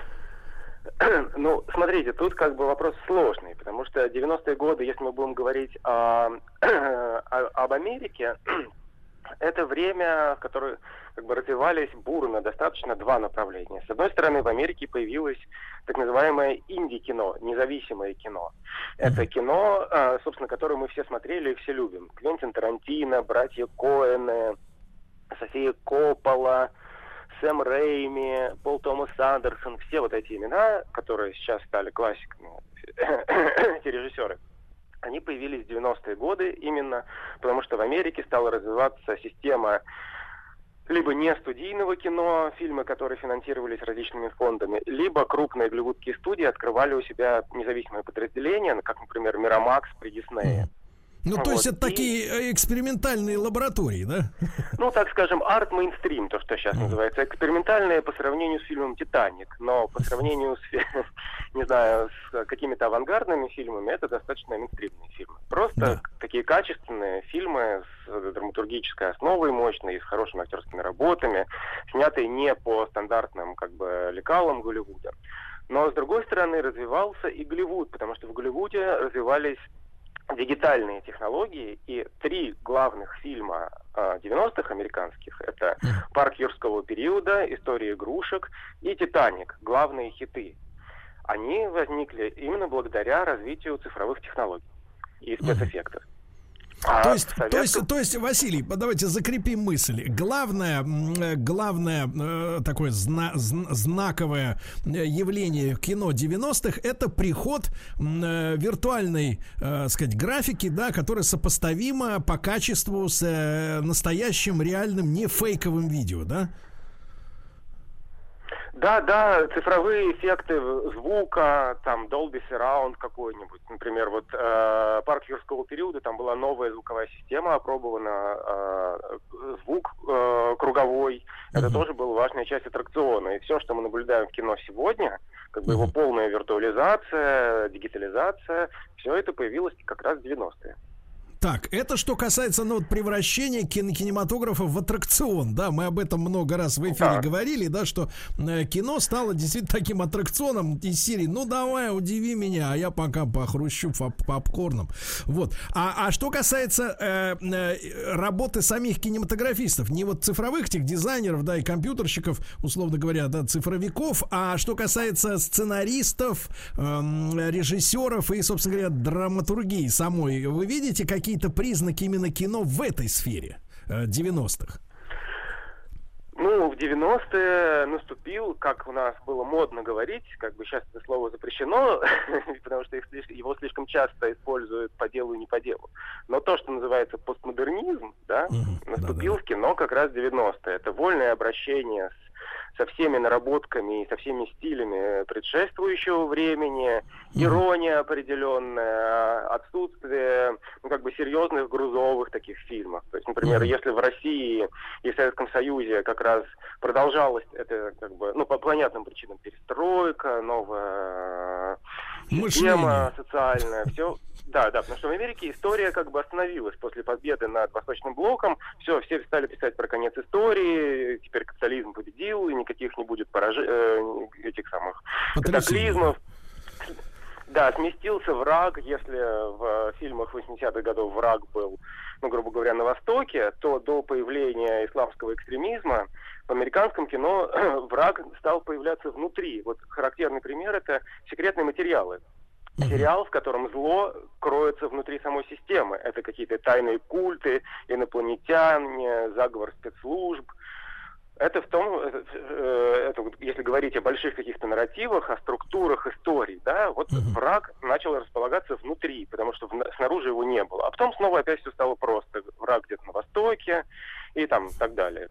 Ну, смотрите, тут как бы вопрос сложный, потому что девяностые годы, если мы будем говорить о, о, об Америке, это время, в которое как бы развивались бурно достаточно два направления. С одной стороны, в Америке появилось так называемое инди-кино, независимое кино. Это кино, собственно, которое мы все смотрели и все любим. Квентин Тарантино, братья Коэны, София Коппола, Сэм Рэйми, Пол Томас Андерсон, все вот эти имена, которые сейчас стали классиками, эти режиссеры, они появились в девяностые годы именно потому, что в Америке стала развиваться система либо не студийного кино, фильмы, которые финансировались различными фондами, либо крупные голливудские студии открывали у себя независимые подразделения, как, например, Miramax при Диснее. Ну, вот. то есть это И... такие экспериментальные лаборатории, да? Ну, так скажем, арт-мейнстрим, то, что сейчас mm. называется. Экспериментальные по сравнению с фильмом «Титаник», но по сравнению с, не знаю, с какими-то авангардными фильмами, это достаточно мейнстримные фильмы. Просто да. такие качественные фильмы с драматургической основой мощной, с хорошими актерскими работами, снятые не по стандартным, как бы, лекалам Голливуда. Но, с другой стороны, развивался и Голливуд, потому что в Голливуде развивались дигитальные технологии, и три главных фильма э, девяностых американских — это «Парк юрского периода», «История игрушек» и «Титаник», главные хиты. Они возникли именно благодаря развитию цифровых технологий и спецэффектов. А то, есть, советском... то, есть, то есть, Василий, давайте закрепим мысль. Главное, главное такое зна- знаковое явление кино девяностых — это приход виртуальной, э, сказать, графики, да, которая сопоставима по качеству с э, настоящим, реальным, не фейковым видео, да? Да, да, цифровые эффекты звука, там Dolby Surround какой-нибудь, например, вот э, «Парк юрского периода», там была новая звуковая система опробована, э, звук э, круговой, uh-huh. это тоже была важная часть аттракциона, и все, что мы наблюдаем в кино сегодня, как бы uh-huh. его полная виртуализация, дигитализация, все это появилось как раз в девяностые. Так, это что касается, ну, вот, превращения кино- кинематографа в аттракцион, да, мы об этом много раз в эфире да. говорили, да, что э, кино стало действительно таким аттракционом из серии «ну, давай, удиви меня, а я пока похрущу поп- попкорном». Вот. А, а что касается э, э, работы самих кинематографистов, не вот цифровых этих дизайнеров, да, и компьютерщиков, условно говоря, да, цифровиков, а что касается сценаристов, э, режиссеров и, собственно говоря, драматургии самой, вы видите, какие какие-то признаки именно кино в этой сфере э, девяностых? Ну, в девяностые наступил, как у нас было модно говорить, как бы сейчас это слово запрещено, потому что их, его слишком часто используют по делу и не по делу. Но то, что называется постмодернизм, да, mm-hmm. наступил да-да. в кино как раз в девяностые. Это вольное обращение с со всеми наработками и со всеми стилями предшествующего времени, ирония определенная, отсутствие, ну, как бы серьезных грузовых таких фильмов. То есть, например, mm-hmm. если в России и в Советском Союзе как раз продолжалась это, как бы, ну, по понятным причинам перестройка, новая система социальная, все, Да, да, потому что в Америке история как бы остановилась после победы над Восточным блоком. Все, все стали писать про конец истории, теперь капитализм победил, и никаких не будет пораж... э, этих самых катаклизмов. Да, сместился враг. Если в фильмах восьмидесятых годов враг был, ну, грубо говоря, на Востоке, то до появления исламского экстремизма в американском кино враг стал появляться внутри. Вот характерный пример — это «Секретные материалы». Сериал, в котором зло кроется внутри самой системы. Это какие-то тайные культы, инопланетяне, заговор спецслужб. Это в том, это, это, если говорить о больших каких-то нарративах, о структурах историй, да, вот uh-huh. враг начал располагаться внутри, потому что в, снаружи его не было. А потом снова опять все стало просто. Враг где-то на Востоке и там так далее.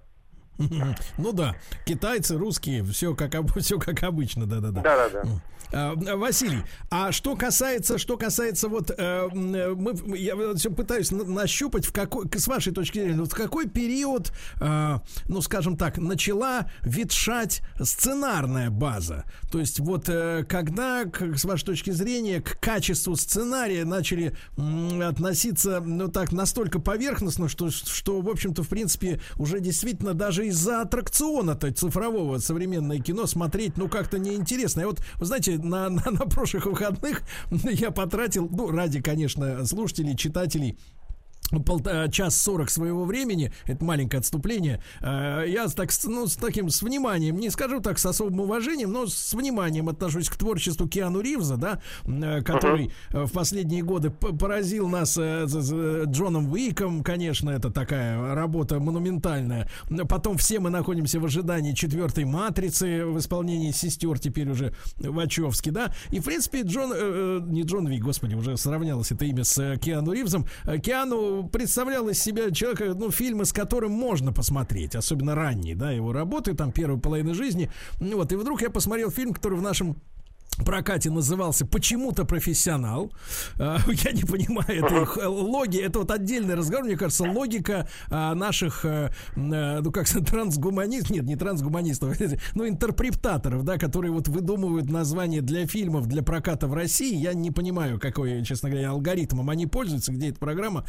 Ну да, китайцы, русские, все как, все как обычно, да-да-да. Да-да-да. А, Василий, а что касается, что касается вот, э, мы, я все пытаюсь нащупать, в какой, с вашей точки зрения, вот в какой период, э, ну, скажем так, начала ветшать сценарная база? То есть вот э, когда, к, с вашей точки зрения, к качеству сценария начали м, относиться, ну, так, настолько поверхностно, что, что, в общем-то, в принципе, уже действительно даже из-за аттракциона-то цифрового современное кино смотреть, ну, как-то неинтересно. И вот, вы знаете, на, на, на прошлых выходных я потратил, ну, ради, конечно, слушателей, читателей, полтора, час сорок своего времени, это маленькое отступление, э, я так, ну, с таким, с вниманием, не скажу так с особым уважением, но с вниманием отношусь к творчеству Киану Ривза, да, э, который uh-huh. в последние годы поразил нас э, э, Джоном Уиком, конечно, это такая работа монументальная. Потом все мы находимся в ожидании четвертой «Матрицы» в исполнении сестер, теперь уже Вачовски, да, и, в принципе, Джон, э, не Джон Уик, господи, уже сравнялось это имя с э, Киану Ривзом. Киану представлял из себя человека, ну, фильмы, с которым можно посмотреть, особенно ранние, да, его работы, там, первой половины жизни. Вот, и вдруг я посмотрел фильм, который в нашем прокате назывался «Почему-то профессионал». Я не понимаю этой их логики. Это вот отдельный разговор. Мне кажется, логика наших, ну, как сказать, трансгуманистов, нет, не трансгуманистов, но интерпретаторов, да, которые вот выдумывают названия для фильмов, для проката в России. Я не понимаю, какой, честно говоря, алгоритмом они пользуются, где эта программа.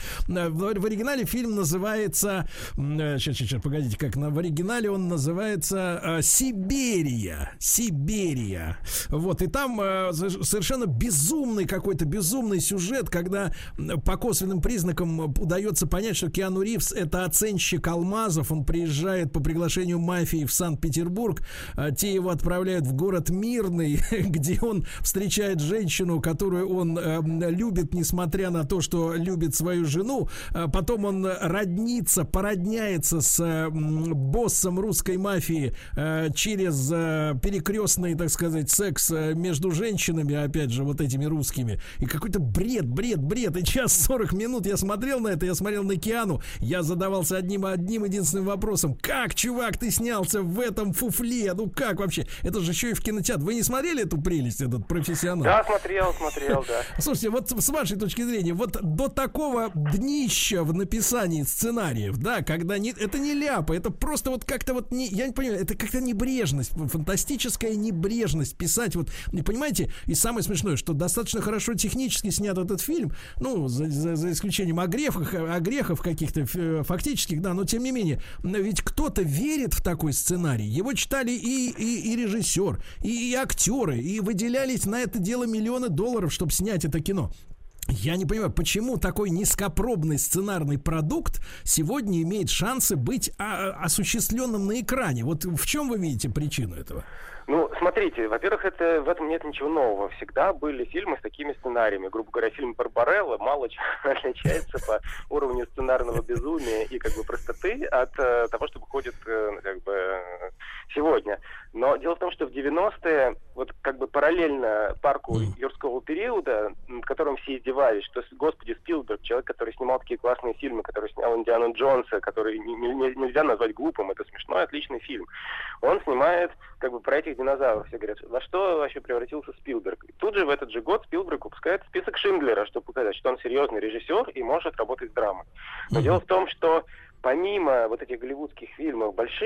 В оригинале фильм называется, сейчас, сейчас, погодите, как в оригинале он называется «Сибирия». Сибирия. Вот, и там Там э, совершенно безумный какой-то безумный сюжет, когда по косвенным признакам удается понять, что Киану Ривз — это оценщик алмазов. Он приезжает по приглашению мафии в Санкт-Петербург. Э, те его отправляют в город Мирный, где он встречает женщину, которую он э, любит, несмотря на то, что любит свою жену. Э, потом он роднится, породняется с э, боссом русской мафии э, через э, перекрестный, так сказать, секс э, между женщинами, опять же, вот этими русскими. И какой-то бред, бред, бред. И час сорок минут я смотрел на это, я смотрел на Киану. Я задавался одним, одним единственным вопросом. Как, чувак, ты снялся в этом фуфле? Ну как вообще? Это же еще и в кинотеатре. Вы не смотрели эту прелесть, этот профессионал? Да, смотрел, смотрел, да. Слушайте, вот с вашей точки зрения, вот до такого днища в написании сценариев, да, когда не, это не ляпа, это просто вот как-то вот, не, я не понимаю, это как-то небрежность, фантастическая небрежность писать вот. Не понимаете? И самое смешное, что достаточно хорошо технически снят этот фильм, ну, за, за, за исключением огрехов, огрехов каких-то фактических, да, но тем не менее, ведь кто-то верит в такой сценарий. Его читали и, и, и режиссер, и, и актеры, и выделялись на это дело миллионы долларов, чтобы снять это кино. Я не понимаю, почему такой низкопробный сценарный продукт сегодня имеет шансы быть осуществленным на экране. Вот в чем вы видите причину этого? Ну, смотрите, во-первых, это, в этом нет ничего нового. Всегда были фильмы с такими сценариями. Грубо говоря, фильм «Барбарелла» мало чем отличается по уровню сценарного безумия и как бы простоты от э, того, что выходит э, как бы сегодня. Но дело в том, что в девяностые, вот как бы параллельно парку юрского периода, над которым все издевались, что, господи, Спилберг, человек, который снимал такие классные фильмы, который снял «Индиану Джонса», который не, не, нельзя назвать глупым, это смешной, отличный фильм. Он снимает как бы про этих динозавров. Все говорят, во что вообще превратился Спилберг? И тут же в этот же год Спилберг выпускает список Шиндлера, чтобы показать, что он серьезный режиссер и может работать с драмой. Но дело в том, что помимо вот этих голливудских фильмов больших,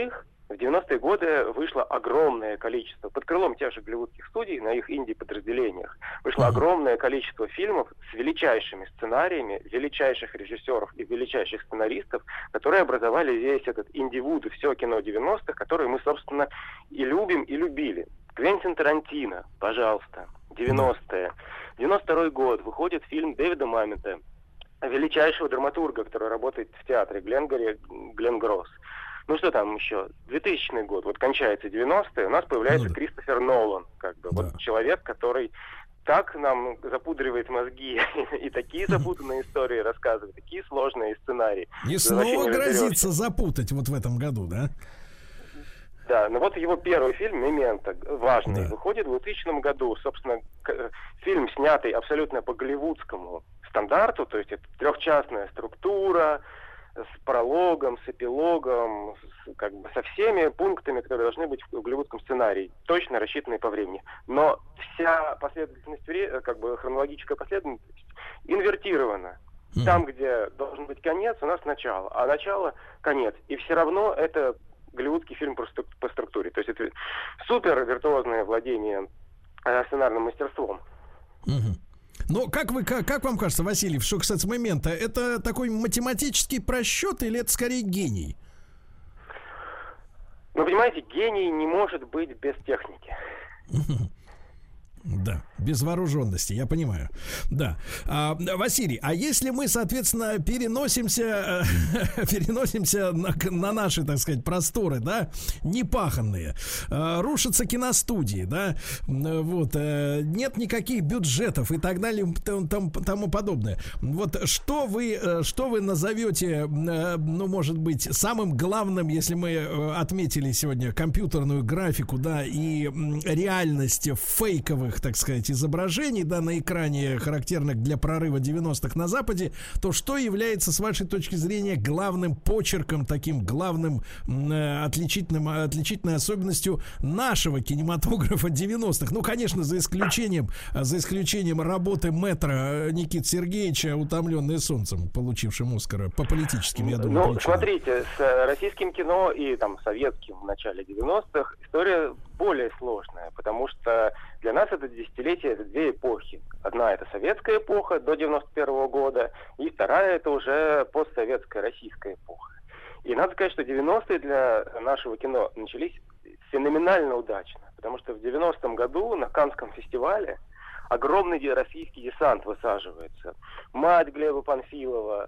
В девяностые годы вышло огромное количество, под крылом тех же голливудских студий, на их инди-подразделениях, вышло огромное количество фильмов с величайшими сценариями, величайших режиссеров и величайших сценаристов, которые образовали весь этот инди-вуд и все кино девяностых, которые мы, собственно, и любим, и любили. Квентин Тарантино, пожалуйста, девяностые. девяносто второй год, выходит фильм Дэвида Маммета, величайшего драматурга, который работает в театре, Гленгари, Глен Гросс. Ну что там еще? двухтысячный год, вот кончается девяностые, у нас появляется ну, да. Кристофер Нолан, как бы, да. вот человек, который так нам запудривает мозги и такие запутанные истории рассказывает, такие сложные сценарии. И снова грозится запутать вот в этом году, да? Да, ну вот его первый фильм «Мементо», важный, да. выходит в двухтысячном году. Собственно, фильм, снятый абсолютно по голливудскому стандарту, то есть это трехчастная структура, с прологом, с эпилогом, с, как бы со всеми пунктами, которые должны быть в голливудском сценарии, точно рассчитанные по времени. Но вся последовательность, как бы хронологическая последовательность инвертирована. Mm. Там, где должен быть конец, у нас начало, а начало — конец. И все равно это голливудский фильм по, по структуре. То есть это супер виртуозное владение э, сценарным мастерством. Mm-hmm. Но как вы, как, как вам кажется, Василий, что касается «Мементо», это такой математический просчет или это скорее гений? Ну, понимаете, гений не может быть без техники. Да, без вооруженности, я понимаю. Да. А, Василий, а если мы, соответственно, переносимся, э, переносимся на, на наши, так сказать, просторы, да, непаханные, э, рушатся киностудии, да, вот, э, нет никаких бюджетов и так далее, там, там, тому подобное. Вот что вы, что вы назовете, э, ну, может быть, самым главным, если мы э, отметили сегодня компьютерную графику, да, и э, реальность фейковых, так сказать, изображений, да, на экране, характерных для прорыва девяностых на Западе, то что является, с вашей точки зрения, главным почерком, таким главным э, отличительным, отличительной особенностью нашего кинематографа девяностых? Ну, конечно, за исключением, за исключением работы мэтра Никиты Сергеевича, «Утомленные солнцем», получившим Оскара по политическим, я думаю. Ну, смотрите, с российским кино и там советским в начале девяностых история более сложная, потому что для нас это десятилетие, это две эпохи. Одна — это советская эпоха до девяносто первого года, и вторая — это уже постсоветская российская эпоха. И надо сказать, что девяностые для нашего кино начались феноменально удачно, потому что в девяностом году на Каннском фестивале огромный российский десант высаживается. «Мать» Глеба Панфилова,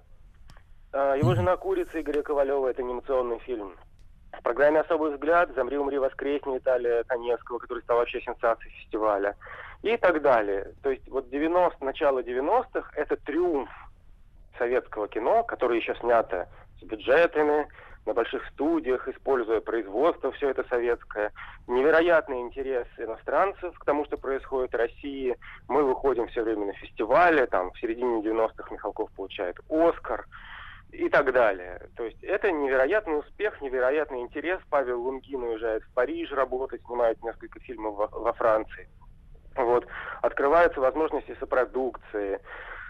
его жена «Курица» Игоря Ковалева — это анимационный фильм. В программе «Особый взгляд» «Замри, умри, воскресни» Виталия Коневского, который стал вообще сенсацией фестиваля. И так далее. То есть вот девяностые, начало девяностых — это триумф советского кино, которое еще снято с бюджетами, на больших студиях, используя производство, все это советское. Невероятный интерес иностранцев к тому, что происходит в России. Мы выходим все время на фестивали, там в середине девяностых Михалков получает «Оскар». И так далее. То есть это невероятный успех, невероятный интерес. Павел Лунгин уезжает в Париж работать, снимает несколько фильмов во, во Франции. Вот. Открываются возможности сопродукции.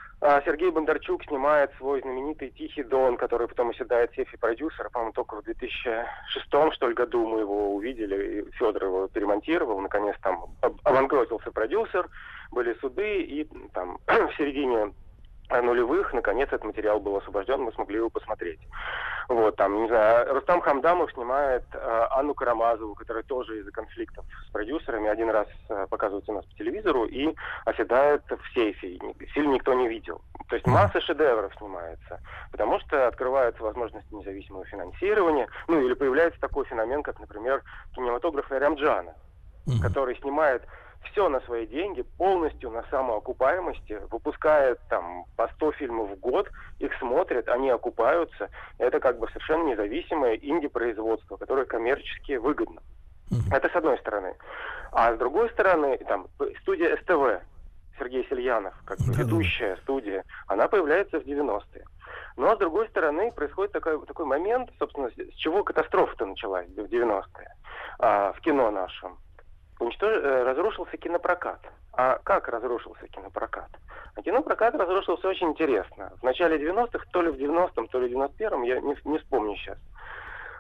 А Сергей Бондарчук снимает свой знаменитый «Тихий Дон», который потом оседает в сейфе продюсера. По-моему, только в две тысячи шестом, что ли, году мы его увидели, и Федор его перемонтировал. Наконец там обанкротился продюсер, были суды, и там в середине нулевых, наконец, этот материал был освобожден, мы смогли его посмотреть. Вот, там, не знаю, Рустам Хамдамов снимает э, Анну Карамазову, которая тоже из-за конфликтов с продюсерами один раз э, показывается у нас по телевизору и оседает в сейфе. Фильм никто не видел. То есть масса шедевров снимается, потому что открываются возможности независимого финансирования, ну, или появляется такой феномен, как, например, кинематограф Рямджана, mm-hmm. который снимает все на свои деньги, полностью на самоокупаемости, выпускает там по сто фильмов в год, их смотрят, они окупаются. Это как бы совершенно независимое инди-производство, которое коммерчески выгодно. Mm-hmm. Это с одной стороны. А с другой стороны, там, студия СТВ, Сергей Сельянов, как бы ведущая студия, она появляется в девяностые. Но с другой стороны, происходит такой, такой момент, собственно, с чего катастрофа-то началась в девяностые а, в кино нашем. Уничтож... разрушился кинопрокат. А как разрушился кинопрокат? А кинопрокат разрушился очень интересно. В начале девяностых, то ли в девяностом, то ли в девяносто первом, я не, не вспомню сейчас.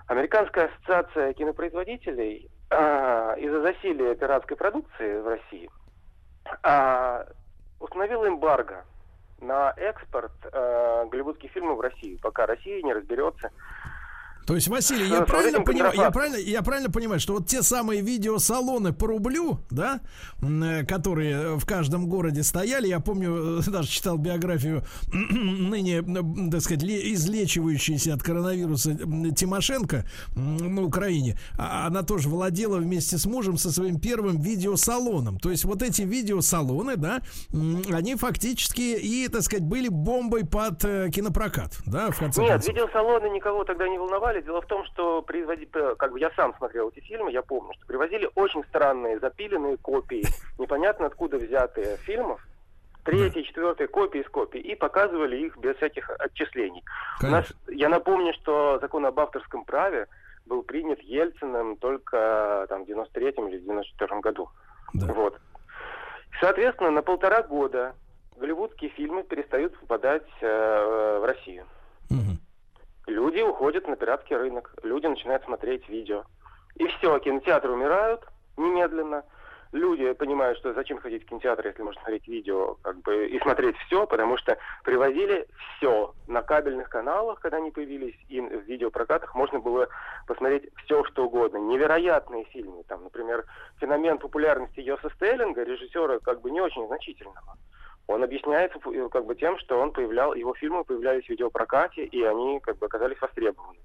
Американская ассоциация кинопроизводителей а, из-за засилия пиратской продукции в России а, установила эмбарго на экспорт а, голливудских фильмов в Россию, пока Россия не разберется. То есть, Василий, я правильно, понимаю, я, правильно, я правильно понимаю, что вот те самые видеосалоны по рублю, да, которые в каждом городе стояли, я помню, даже читал биографию ныне, так сказать, излечивающейся от коронавируса Тимошенко на Украине, она тоже владела вместе с мужем со своим первым видеосалоном. То есть вот эти видеосалоны, да, они фактически и, так сказать, были бомбой под кинопрокат, да, в конце концов. Нет, видеосалоны никого тогда не волновали. Дело в том, что привозили, как бы я сам смотрел эти фильмы, я помню, что привозили очень странные запиленные копии, непонятно откуда взятые фильмов, третьей, четвертой копии из копий, и показывали их без всяких отчислений. У нас, я напомню, что закон об авторском праве был принят Ельциным только там, в девяносто третьем или девяносто четвёртом году. Да. Вот. Соответственно, на полтора года голливудские фильмы перестают попадать э, в Россию. Угу. Люди уходят на пиратский рынок, люди начинают смотреть видео. И все, кинотеатры умирают немедленно. Люди понимают, что зачем ходить в кинотеатр, если можно смотреть видео, как бы, и смотреть все, потому что привозили все. На кабельных каналах, когда они появились, и в видеопрокатах можно было посмотреть все, что угодно. Невероятные фильмы. Там, например, феномен популярности Йоса Стейлинга, режиссера как бы не очень значительного. Он объясняется как бы тем, что он появлял, его фильмы появлялись в видеопрокате, и они как бы оказались востребованными.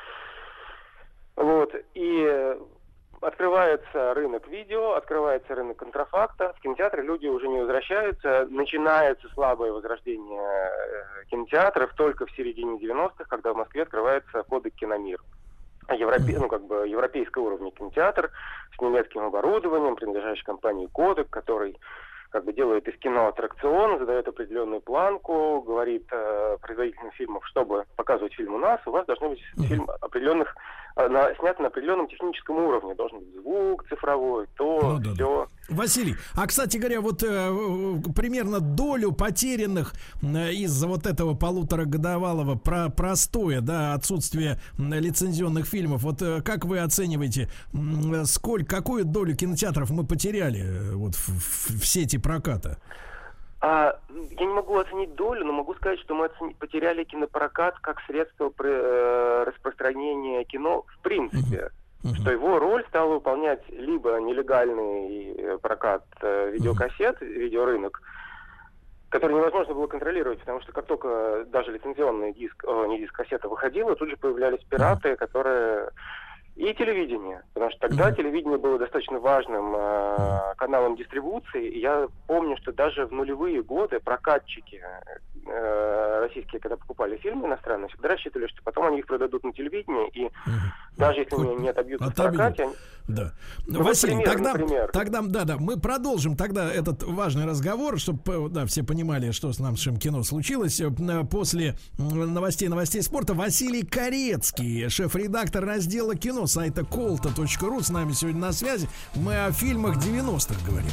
Вот. И открывается рынок видео, открывается рынок контрафакта. В кинотеатры люди уже не возвращаются. Начинается слабое возрождение кинотеатров только в середине девяностых, когда в Москве открывается кодек «Киномир». Европе... ну, как бы европейского уровня кинотеатр с немецким оборудованием, принадлежащий компании «Кодек», который как бы делает из кино аттракцион, задает определенную планку, говорит э, производителям фильмов, чтобы показывать фильм у нас, у вас должны быть uh-huh. фильм определенных, э, на, снят на определенном техническом уровне. Должен быть звук цифровой, то, ну, да, все. Да. Василий, а, кстати говоря, вот э, примерно долю потерянных э, из-за вот этого полуторагодовалого про простоя, да, отсутствия лицензионных фильмов, вот э, как вы оцениваете, э, сколько, какую долю кинотеатров мы потеряли э, вот в, в, в сети проката? А, я не могу оценить долю, но могу сказать, что мы оцени... потеряли кинопрокат как средство при, э, распространения кино в принципе. Uh-huh. Uh-huh. Что его роль стала выполнять либо нелегальный прокат э, видеокассет, uh-huh. видеорынок, который невозможно было контролировать, потому что как только даже лицензионный диск, о, не диск, кассета выходила, тут же появлялись пираты, uh-huh. которые... И телевидение, потому что тогда mm-hmm. телевидение было достаточно важным э, каналом дистрибуции. И я помню, что даже в нулевые годы прокатчики э, российские, когда покупали фильмы иностранные, всегда рассчитывали, что потом они их продадут на телевидении, и mm-hmm. даже если они не отобьются в прокате... Они... Да. Ну, Василий, например, тогда, например. тогда, да, да, мы продолжим тогда этот важный разговор, чтобы, да, все понимали, что с нашим кино случилось. После новостей, новостей спорта Василий Корецкий, шеф-редактор раздела кино сайта колта точка ру, с нами сегодня на связи. Мы о фильмах девяностых говорим.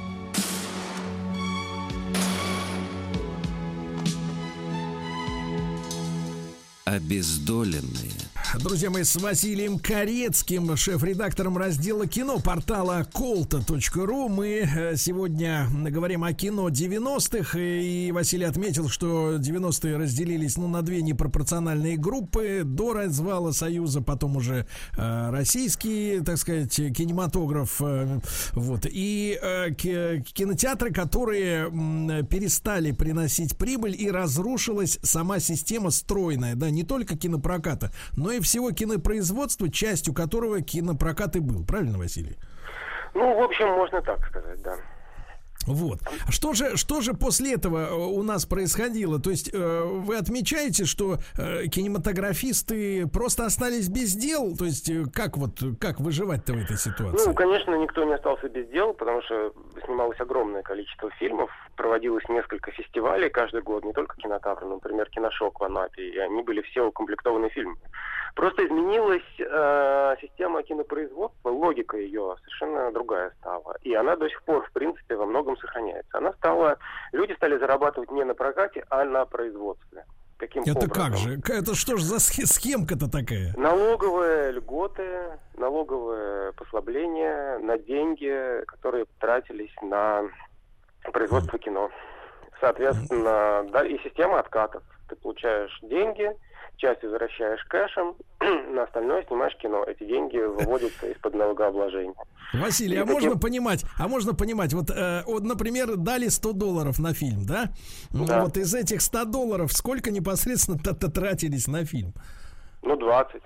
Обездоленные. Друзья мои, с Василием Корецким, шеф-редактором раздела кино портала колта точка ру. Мы сегодня говорим о кино девяностых. И Василий отметил, что девяностые разделились, ну, на две непропорциональные группы. До развала Союза, потом уже э, российский, так сказать, кинематограф. Э, вот. И э, к, кинотеатры, которые э, перестали приносить прибыль, и разрушилась сама система стройная, да, не только кинопроката, но и всего кинопроизводства, частью которого кинопрокат и был. Правильно, Василий? Ну, в общем, можно так сказать, да. Вот. Что же, что же после этого у нас происходило? То есть э, вы отмечаете, что э, кинематографисты просто остались без дел? То есть э, как вот, как выживать-то в этой ситуации? Ну, конечно, никто не остался без дел, потому что снималось огромное количество фильмов, проводилось несколько фестивалей каждый год, не только кинотавр, но, например, Киношок в Анапе, и они были все укомплектованы фильмами. Просто изменилась э, система кинопроизводства, логика ее совершенно другая стала. И она до сих пор, в принципе, во многом сохраняется. Она стала... Люди стали зарабатывать не на прокате, а на производстве. Каким это образом? как же? Это что ж за схемка-то такая? Налоговые льготы, налоговые послабления на деньги, которые тратились на производство кино. Соответственно, да, и система откатов. Ты получаешь деньги, часть возвращаешь кэшем, на остальное снимаешь кино. Эти деньги выводятся из-под налогообложения. Василий, и а таким... можно понимать, а можно понимать, вот, э, вот, например, дали сто долларов на фильм, да? Да. Вот из этих ста долларов сколько непосредственно тратились на фильм? Ну, двадцать.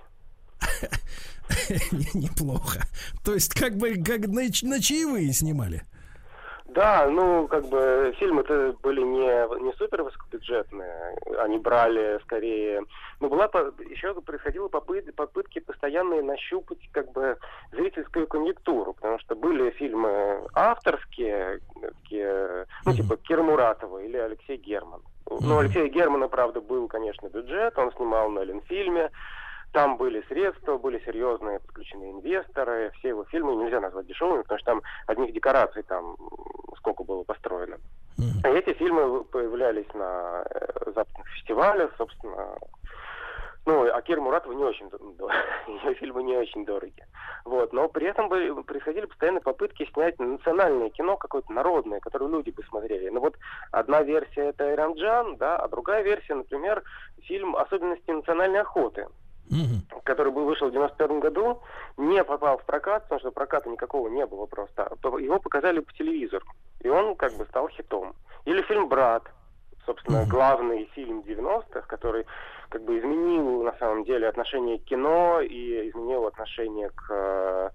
Неплохо. То есть, как бы, как на, на чаевые снимали? Да, ну, как бы, фильмы-то были не, не супер высокобюджетные. Они брали, скорее... Ну, была... Еще происходило попыт, попытки постоянные нащупать, как бы, зрительскую конъюнктуру. Потому что были фильмы авторские, такие, ну, типа Кира Муратова или Алексей Герман. Ну, у Алексея Германа, правда, был, конечно, бюджет. Он снимал на Ленфильме. Там были средства, были серьезные подключенные инвесторы. Все его фильмы нельзя назвать дешевыми, потому что там одних декораций там сколько было построено. И эти фильмы появлялись на западных фестивалях, собственно. Ну, а Кира Муратова не очень, ее фильмы не очень дорогие. Вот. Но при этом были, происходили постоянные попытки снять национальное кино, какое-то народное, которое люди бы смотрели. Ну вот одна версия это Айранджан, да, а другая версия, например, фильм «Особенности национальной охоты», Mm-hmm. который был вышел в девяносто пятом году, не попал в прокат, потому что проката никакого не было просто. Его показали по телевизору, и он как бы стал хитом. Или фильм «Брат», собственно, mm-hmm. главный фильм девяностых, который как бы изменил на самом деле отношение к кино и изменил отношение к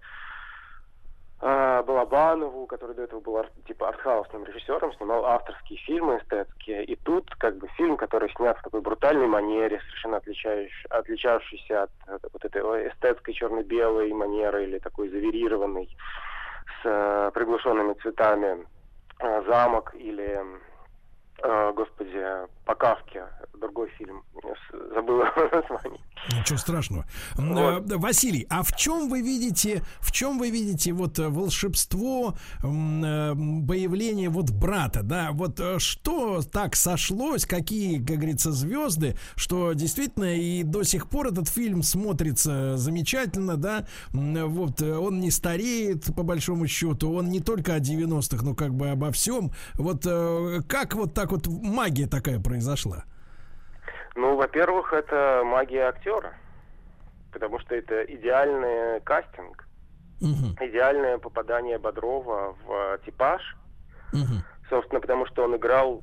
э, Балабанову, который до этого был типа артхаусным режиссером, снимал авторские фильмы эстетские. И тут как бы фильм, который снят в такой брутальной манере, совершенно отличающий, отличавшийся от, от вот этой эстетской черно-белой манеры или такой заверированной с э, приглушенными цветами э, замок или, э, господи, по Кафке, другой фильм, забыл название. Ничего страшного. Вот. Василий, а в чем вы видите, в чем вы видите вот волшебство появления вот брата, да? Вот что так сошлось, какие, как говорится, звезды, что действительно и до сих пор этот фильм смотрится замечательно, да? Вот он не стареет по большому счету, он не только о девяностых, но как бы обо всем. Вот как вот так вот магия такая произошла? Ну, во-первых, это магия актера, потому что это идеальный кастинг, uh-huh. идеальное попадание Бодрова в типаж, uh-huh. собственно, потому что он играл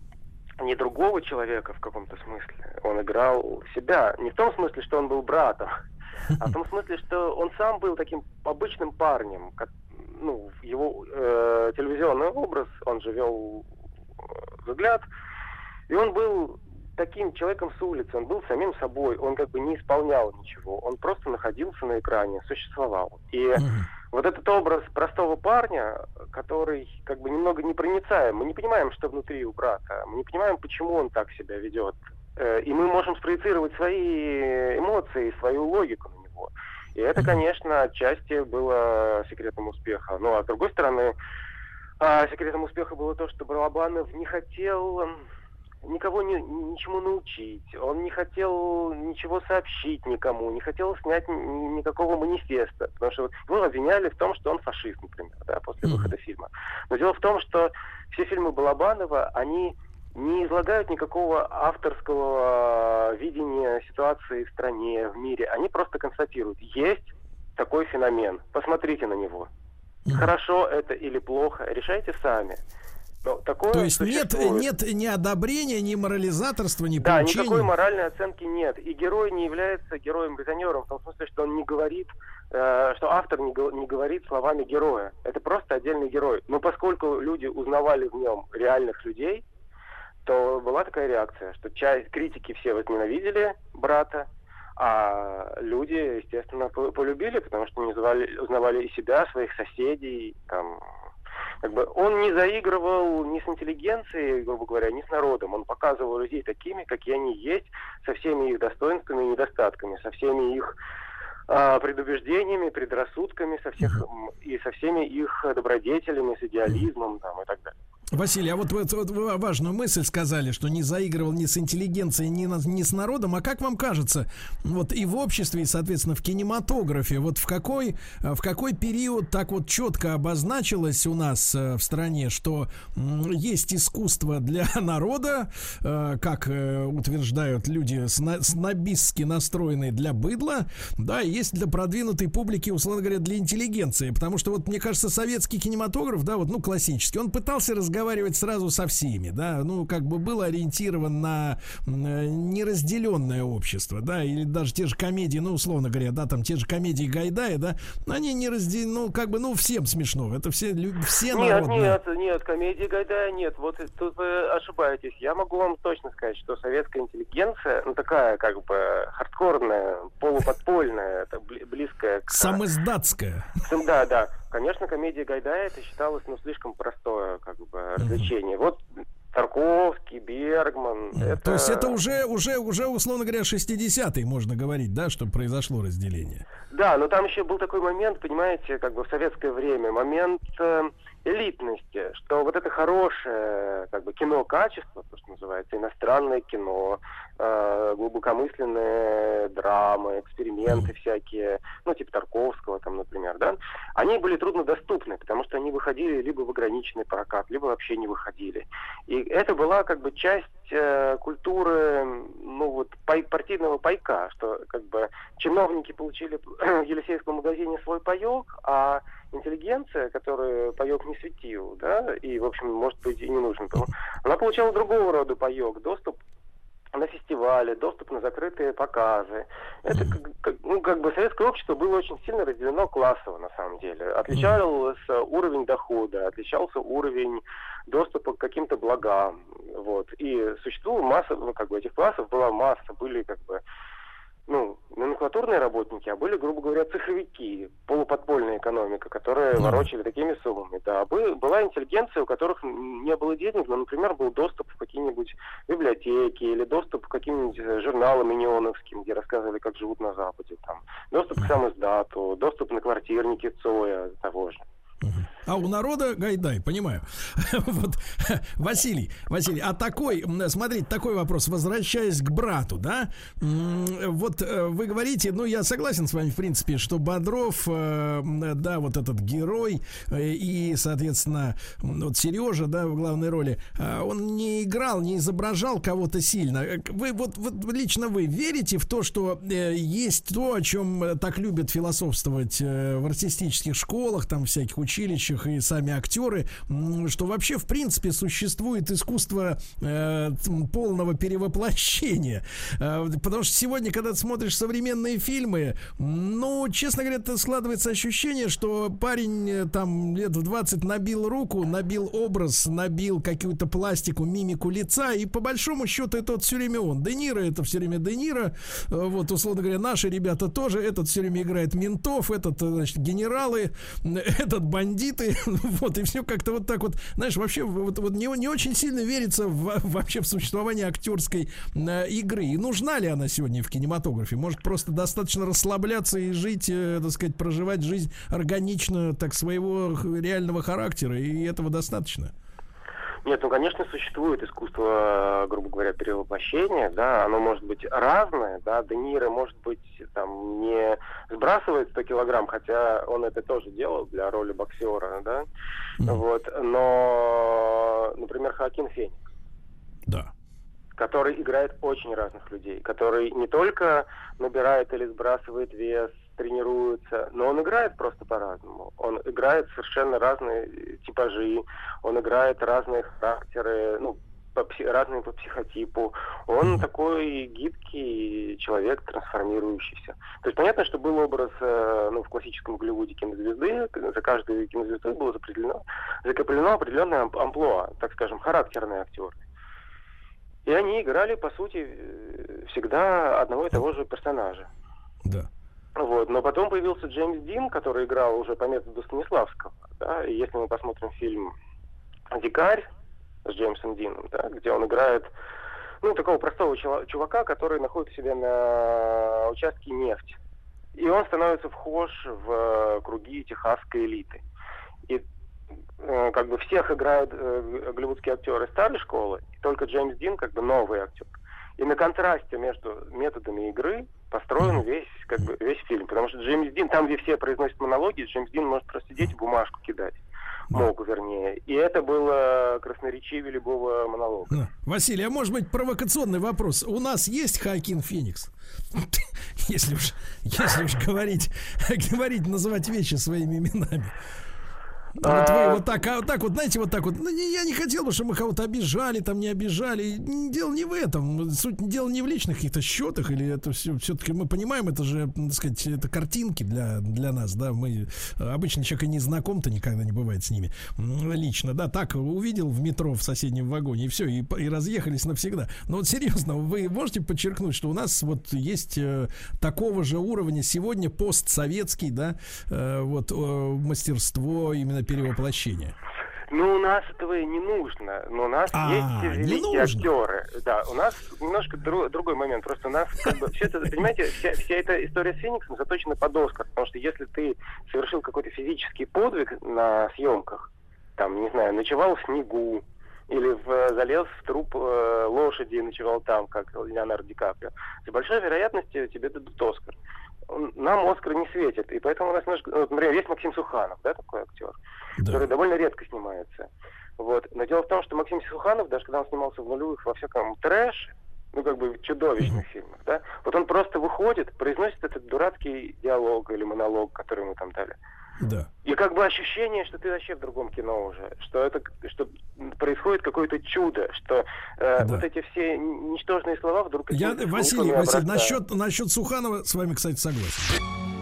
не другого человека в каком-то смысле, он играл себя, не в том смысле, что он был братом, а в том смысле, что он сам был таким обычным парнем, как, ну, его э, телевизионный образ, он же вел «Взгляд», и он был таким человеком с улицы, он был самим собой, он как бы не исполнял ничего, он просто находился на экране, существовал. И mm-hmm. вот этот образ простого парня, который как бы немного непроницаем, мы не понимаем, что внутри у брата, мы не понимаем, почему он так себя ведет, и мы можем спроецировать свои эмоции, свою логику на него. И это, конечно, отчасти было секретом успеха. Ну, а с другой стороны, секретом успеха было то, что Балабанов не хотел никого не, ничему научить, он не хотел ничего сообщить никому, не хотел снять ни, никакого манифеста, потому что его обвиняли в том, что он фашист, например, да, после выхода фильма. Но дело в том, что все фильмы Балабанова, они не излагают никакого авторского видения ситуации в стране, в мире, они просто констатируют, есть такой феномен, посмотрите на него. Хорошо это или плохо, решайте сами. Но такое То есть нет, существует. нет ни одобрения, ни морализаторства, ни да, поучения? Да, никакой моральной оценки нет. И герой не является героем-резонером, в том смысле, что он не говорит, э, что автор не, го- не говорит словами героя. Это просто отдельный герой. Но поскольку люди узнавали в нем реальных людей, то была такая реакция, что часть критики все возненавидели брата, а люди, естественно, полюбили, потому что узнавали, узнавали и себя, своих соседей, там... Как бы он не заигрывал ни с интеллигенцией, грубо говоря, ни с народом. Он показывал людей такими, какие они есть, со всеми их достоинствами и недостатками, со всеми их э, предубеждениями, предрассудками, со всех, и со всеми их добродетелями, с идеализмом там, и так далее. Василий, а вот, вот, вот вы важную мысль сказали, что не заигрывал ни с интеллигенцией, ни, на, ни с народом. А как вам кажется, вот и в обществе, и, соответственно, в кинематографе, вот в какой, в какой период так вот четко обозначилось у нас в стране, что есть искусство для народа, как утверждают люди снобистски настроенные, для быдла, да, и есть для продвинутой публики, условно говоря, для интеллигенции. Потому что вот, мне кажется, советский кинематограф, да, вот, ну, классический, он пытался разговаривать разговаривать сразу со всеми, да, ну, как бы был ориентирован на неразделенное общество, да, или даже те же комедии, ну, условно говоря, да, там те же комедии Гайдая, да, они не разделены, ну, как бы, ну, всем смешно, это все, все Нет, народные. нет, нет, комедии Гайдая нет, вот тут вы ошибаетесь, я могу вам точно сказать, что советская интеллигенция, ну, такая, как бы, хардкорная, полуподпольная, это близкая к... Самоиздатская. Да, да. Конечно, комедия Гайдая это считалось, ну, слишком простое, как бы, развлечение. Mm-hmm. Вот Тарковский, Бергман. Mm-hmm. Это... То есть это уже, уже, уже, условно говоря, шестидесятые, можно говорить, да, что произошло разделение. Да, но там еще был такой момент, понимаете, как бы в советское время, момент э, элитности, что вот это хорошее, как бы, кино качество, то, что называется, иностранное кино, э, глубокомысленные драмы, эксперименты mm-hmm. всякие, ну, типа Тарковского, там, например, да, они были труднодоступны, потому что они выходили либо в ограниченный прокат, либо вообще не выходили. И это была, как бы, часть э, культуры, ну, вот, пай, партийного пайка, что, как бы, чиновники получили в Елисейском магазине свой паёк, а интеллигенция, которая паёк не светил, да, и, в общем, может быть, и не нужен был, она получала другого рода паёк, доступ на фестивали, доступ на закрытые показы. Это, как, ну, как бы, советское общество было очень сильно разделено классово, на самом деле. Отличался уровень дохода, отличался уровень доступа к каким-то благам, вот. И существовала масса, ну, как бы, этих классов была масса, были, как бы, ну, номенклатурные работники, а были, грубо говоря, цеховики, полуподпольная экономика, которые mm. ворочали такими суммами. Да, Бы, была интеллигенция, у которых не было денег, но, например, был доступ в какие-нибудь библиотеки или доступ к каким-нибудь журналам миньоновским, где рассказывали, как живут на Западе, там, доступ к самиздату, доступ на квартирники Цоя того же. А у народа Гайдай, понимаю. Вот, Василий, Василий, а такой, смотрите, такой вопрос, возвращаясь к брату, да, вот вы говорите, ну, я согласен с вами, в принципе, что Бодров, да, вот этот герой, и, соответственно, вот Сережа, да, в главной роли, он не играл, не изображал кого-то сильно. Вы, вот, вот лично вы верите в то, что есть то, о чем так любят философствовать в артистических школах, там, всяких училищах, и сами актеры, что вообще в принципе существует искусство э, полного перевоплощения, э, потому что сегодня, когда ты смотришь современные фильмы, ну, честно говоря, это складывается ощущение, что парень там лет в двадцать набил руку, набил образ, набил какую-то пластику, мимику лица, и по большому счету это вот все время он. Де Ниро это все время Де Ниро, вот, условно говоря, наши ребята тоже, этот все время играет ментов, этот, значит, генералы, этот бандиты. Вот, и все как-то вот так вот, знаешь, вообще вот, вот не, не очень сильно верится в, вообще в существование актерской э, игры. И нужна ли она сегодня в кинематографе? Может, просто достаточно расслабляться и жить, э, так сказать, проживать жизнь органично, так, своего реального характера, и этого достаточно? Нет, ну, конечно, существует искусство, грубо говоря, перевоплощения, да, оно может быть разное, да, Де Ниро, может быть, там, не сбрасывает сто килограмм, хотя он это тоже делал для роли боксера, да, mm. вот, но, например, Хоакин Феникс. Да. Который играет очень разных людей, который не только набирает или сбрасывает вес, тренируется, но он играет просто по-разному. Он играет совершенно разные типажи, он играет разные характеры, ну, по, разные по психотипу. Он такой гибкий человек, трансформирующийся. То есть понятно, что был образ, ну, в классическом Голливуде кинозвезды, за каждой кинозвездой было закреплено, закреплено определенное амплуа, так скажем, характерные актеры. И они играли, по сути, всегда одного и того же персонажа. Да. Вот. Но потом появился Джеймс Дин, который играл уже по методу Станиславского. Да? И если мы посмотрим фильм «Дикарь» с Джеймсом Дином, да, где он играет, ну, такого простого чувака, который находит себя на участке нефти. И он становится вхож в круги техасской элиты. И э, как бы всех играют э, голливудские актеры старой школы, и только Джеймс Дин как бы новый актер. И на контрасте между методами игры построен весь, как бы, весь фильм. Потому что Джеймс Дин, там, где все произносят монологи, Джеймс Дин может просто сидеть и бумажку кидать. Мог, вернее. И это было красноречивее любого монолога. Василий, а может быть провокационный вопрос? У нас есть Хоакин Феникс? Если уж, если уж говорить, говорить, называть вещи своими именами. Вот вы вот так, а вот так вот, знаете, вот так вот. Ну, не, я не хотел бы, чтобы мы кого-то обижали, там не обижали. Дело не в этом. Суть дело не в личных каких-то счетах, или это все. Все-таки мы понимаем, это же, так сказать, это картинки для, для нас, да. Мы обычно человек и не знаком-то никогда не бывает с ними лично, да. Так увидел в метро в соседнем вагоне, и все, и, и разъехались навсегда. Но вот серьезно, вы можете подчеркнуть, что у нас вот есть э, такого же уровня сегодня постсоветский, да, э, вот э, мастерство именно перевоплощения? Ну, у нас этого и не нужно. Но у нас а, есть великие актеры. Да, у нас немножко дру- другой момент. Просто у нас, как бы, все это, понимаете, вся, вся эта история с Фениксом заточена под Оскар. Потому что если ты совершил какой-то физический подвиг на съемках, там, не знаю, ночевал в снегу, или в, залез в труп э, лошади и ночевал там, как Леонардо Ди Каприо, с большой вероятностью тебе дадут Оскар. Нам Оскар не светит, и поэтому у нас немножко... Ну, например, есть Максим Суханов, да, такой актер, да, который довольно редко снимается. Вот. Но дело в том, что Максим Суханов, даже когда он снимался в нулевых во всяком трэше, ну, как бы в чудовищных фильмах, да, вот он просто выходит, произносит этот дурацкий диалог или монолог, который ему там дали. Да. И как бы ощущение, что ты вообще в другом кино уже, что это, что происходит какое-то чудо, что э, да. вот эти все ничтожные слова вдруг... Я, Василий, Василий, насчет, насчет Суханова с вами, кстати, согласен.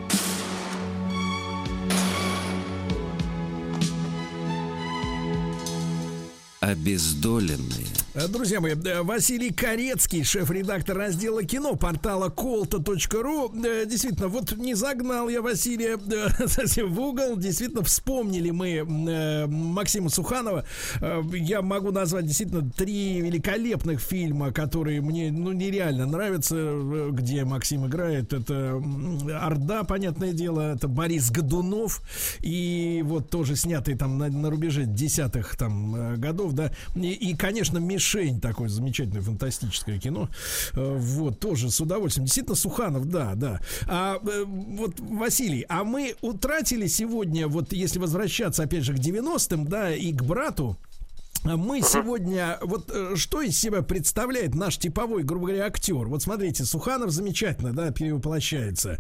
Обездоленные. Друзья мои, Василий Корецкий, шеф-редактор раздела кино портала колто точка ру. Действительно, вот не загнал я Василия в угол. Действительно, вспомнили мы Максима Суханова. Я могу назвать действительно три великолепных фильма, которые мне ну, нереально нравятся, где Максим играет. Это «Орда», понятное дело, это Борис Годунов. И вот тоже снятый там на, на рубеже десятых там годов, да. И, и, конечно, «Мишень», такое замечательное фантастическое кино. Вот, тоже с удовольствием. Действительно, Суханов, да, да. А вот, Василий, а мы утратили сегодня, вот если возвращаться, опять же, к девяностым, да, и к «Брату», мы сегодня, вот что из себя представляет наш типовой, грубо говоря, актер? Вот смотрите, Суханов замечательно, да, перевоплощается.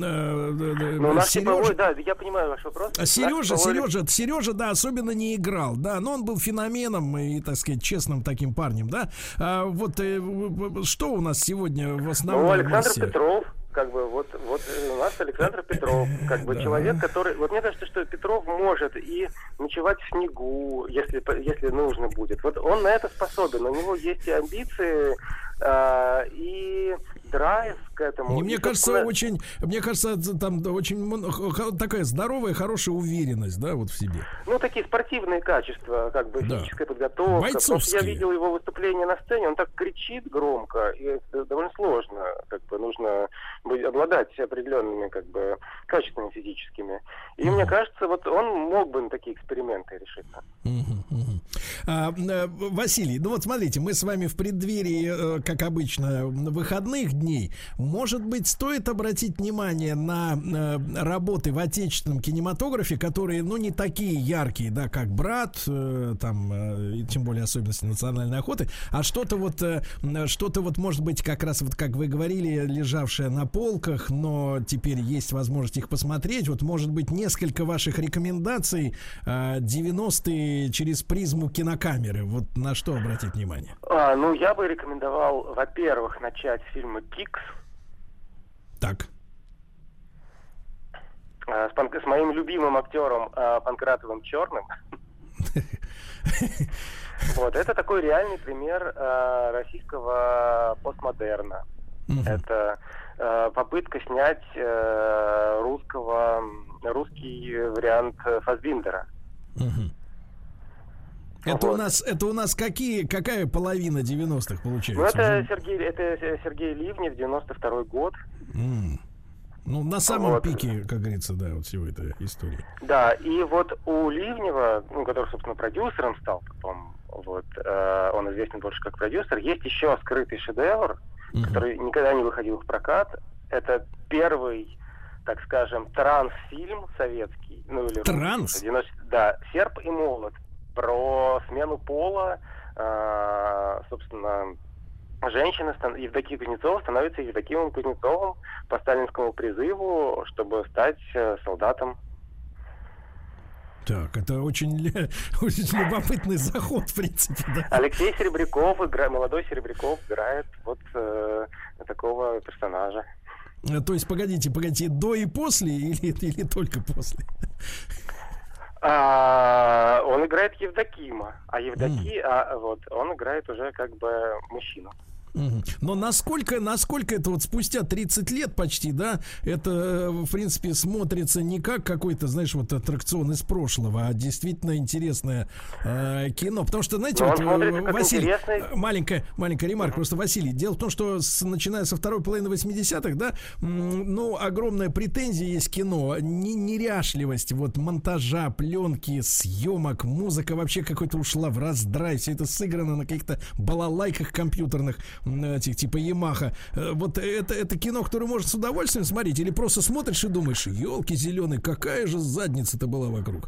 Ну, наш Сережа, типовой, да, я понимаю ваш вопрос. Сережа, типовой... Сережа, Сережа, да, особенно не играл, да, но он был феноменом и, так сказать, честным таким парнем, да. А вот что у нас сегодня в основном? Ну, Александр массе? Петров. Как бы вот, вот у нас Александр Петров, как бы да. человек, который... Вот мне кажется, что Петров может и ночевать в снегу, если, если нужно будет. Вот он на это способен. У него есть и амбиции, э, и драйв к этому. И мне и, кажется, собственно... очень... Мне кажется, там очень такая здоровая, хорошая уверенность, да, вот в себе. Ну, такие спортивные качества, как бы да. физическая подготовка. Бойцовские. Я видел его выступление на сцене, он так кричит громко, и это довольно сложно. Как бы нужно... обладать определенными как бы качествами физическими. И uh-huh. мне кажется, вот он мог бы на такие эксперименты решиться. Uh-huh, uh-huh. А, Василий, ну вот смотрите, мы с вами в преддверии, как обычно, выходных дней. Может быть, стоит обратить внимание на работы в отечественном кинематографе, которые, ну, не такие яркие, да, как «Брат», там, и тем более особенности национальной охоты, а что-то вот, что-то вот, может быть, как раз вот, как вы говорили, лежавшее на полках, но теперь есть возможность их посмотреть. Вот, может быть, несколько ваших рекомендаций э, девяностые через призму кинокамеры. Вот на что обратить внимание? А, ну, я бы рекомендовал, во-первых, начать с фильма «Кикс». Так. А, с, панк... с моим любимым актером а, Панкратовым Черным. Вот, это такой реальный пример а, российского постмодерна. Это э, попытка снять э, русского, русский вариант Фассбиндера. Угу. Это вот. у нас, это у нас какие, какая половина девяностых получается? Ну, это Сергей, это Сергей Ливнев, девяносто второй год. Mm. Ну, на самом вот. пике, как говорится, да, вот всего этой истории. Да, и вот у Ливнева, ну, который, собственно, продюсером стал потом, вот, э, он известен больше как продюсер, есть еще скрытый шедевр, uh-huh. который никогда не выходил в прокат. Это первый, так скажем, транс-фильм советский. Ну, или транс? девяносто Да, «Серп и молот». Про смену пола, э, собственно... Женщина Евдокия Кузнецова становится Евдокимом Кузнецовым по сталинскому призыву, чтобы стать солдатом. Так, это очень, очень любопытный заход, в принципе, да? Алексей Серебряков, игра, молодой Серебряков играет вот э, такого персонажа. То есть, погодите, погодите, до и после или, или только после? А, он играет Евдокима, а Евдоки, mm. а, вот, он играет уже как бы мужчину. Но насколько, насколько это вот спустя тридцать лет почти, да, это, в принципе, смотрится не как какой-то, знаешь, вот аттракцион из прошлого, а действительно интересное э, кино. Потому что, знаете, вот, Василий, интересный... маленькая, маленькая ремарка, uh-huh. просто, Василий, дело в том, что с, начиная со второй половины восьмидесятых, да, м, ну, огромная претензия есть кино, не, неряшливость, вот, монтажа, пленки, съемок, музыка вообще какой-то ушла в раздрай, все это сыграно на каких-то балалайках компьютерных, этих типа Ямаха. Вот это, это кино, которое можно с удовольствием смотреть, или просто смотришь и думаешь, елки зеленые, какая же задница-то была вокруг?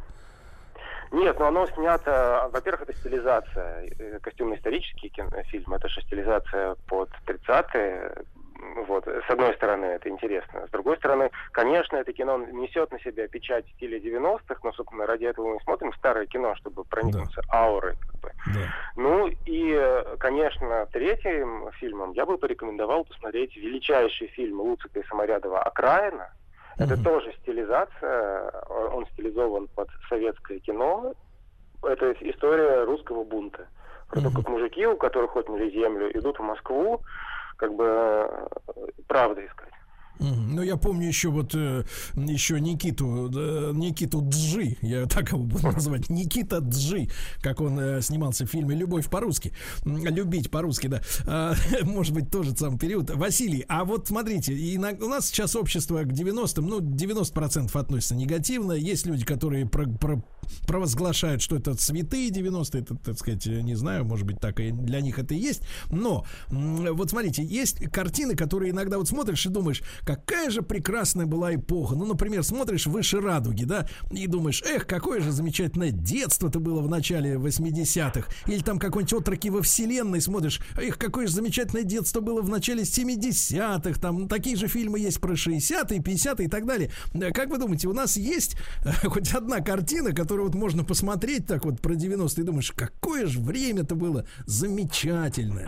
Нет, но оно снято, во-первых, это стилизация, костюмно-исторический фильм, это же стилизация под тридцатые. Вот, с одной стороны, это интересно. С другой стороны, конечно, это кино несет на себя печать стиля девяностых, но, собственно, ради этого мы смотрим старое кино, чтобы проникнуться да. аурой. Как бы. Да. Ну и, конечно, третьим фильмом я бы порекомендовал посмотреть величайший фильм Луцика и Саморядова «Окраина». Uh-huh. Это тоже стилизация, он стилизован под советское кино. Это история русского бунта. Про uh-huh. то, как мужики, у которых отняли землю, идут в Москву, как бы правда искать. Ну, я помню еще вот э, еще Никиту, э, Никиту Джи, я так его буду называть, Никита Джи, как он э, снимался в фильме «Любовь по-русски», «Любить по-русски», да, а, может быть, тоже самый период. Василий, а вот смотрите, и на, у нас сейчас общество к девяностым, ну, девяносто процентов относится негативно, есть люди, которые про, про, провозглашают, что это святые девяностые, это, так сказать, не знаю, может быть, так и для них это и есть, но вот смотрите, есть картины, которые иногда вот смотришь и думаешь, какая же прекрасная была эпоха. Ну, например, смотришь «Выше радуги», да, и думаешь, эх, какое же замечательное детство-то было в начале восьмидесятых. Или там какой-нибудь «Отроки во вселенной» смотришь, эх, какое же замечательное детство было в начале семидесятых. Там ну, такие же фильмы есть про шестидесятые, пятидесятые и так далее. Как вы думаете, у нас есть хоть одна картина, которую вот можно посмотреть так вот про девяностые, и думаешь, какое же время-то было замечательное.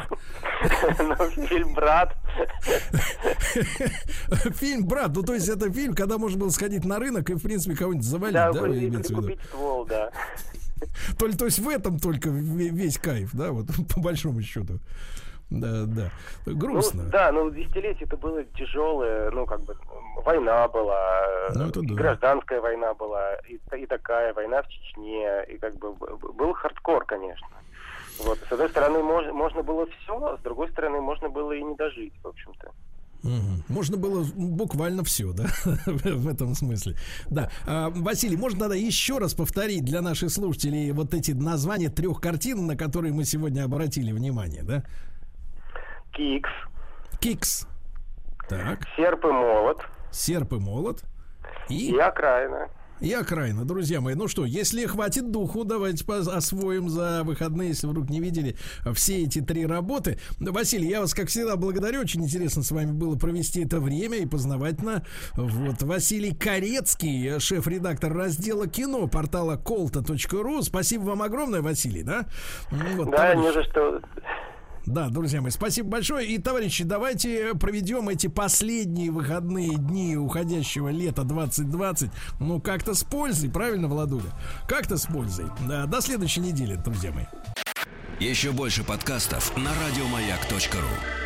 Фильм «Брат». Фильм «Брат», ну то есть это фильм, когда можно было сходить на рынок и в принципе кого-нибудь завалить, да? Да, и прикупить ствол, да. То, то есть в этом только весь кайф, да, вот по большому счету. Да, да. Грустно. Ну, да, ну десятилетие это было тяжелое, ну как бы война была, ну, да. гражданская война была, и, и такая война в Чечне, и как бы был хардкор, конечно. Вот. С одной стороны, мож, можно было все, а с другой стороны, можно было и не дожить, в общем-то. Угу. Можно было буквально все, да, в этом смысле. Да, а, Василий, можно тогда еще раз повторить для наших слушателей вот эти названия трех картин, на которые мы сегодня обратили внимание, да? Кикс. Кикс. Так. Серп и молот. Серп и молот. И, и окраина. И окраина, друзья мои. Ну что, если хватит духу, давайте освоим за выходные, если вдруг не видели все эти три работы. Василий, я вас, как всегда, благодарю. Очень интересно с вами было провести это время и познавательно. Вот, Василий Корецкий, шеф-редактор раздела кино портала колта точка ру. Спасибо вам огромное, Василий, да? Вот, да, товарищ... не за что. Да, друзья мои, спасибо большое. И, товарищи, давайте проведем эти последние выходные дни уходящего лета двадцать двадцать, ну, как-то с пользой, правильно, Владуля? Как-то с пользой. Да, до следующей недели, друзья мои. Еще больше подкастов на радиомаяк точка ру.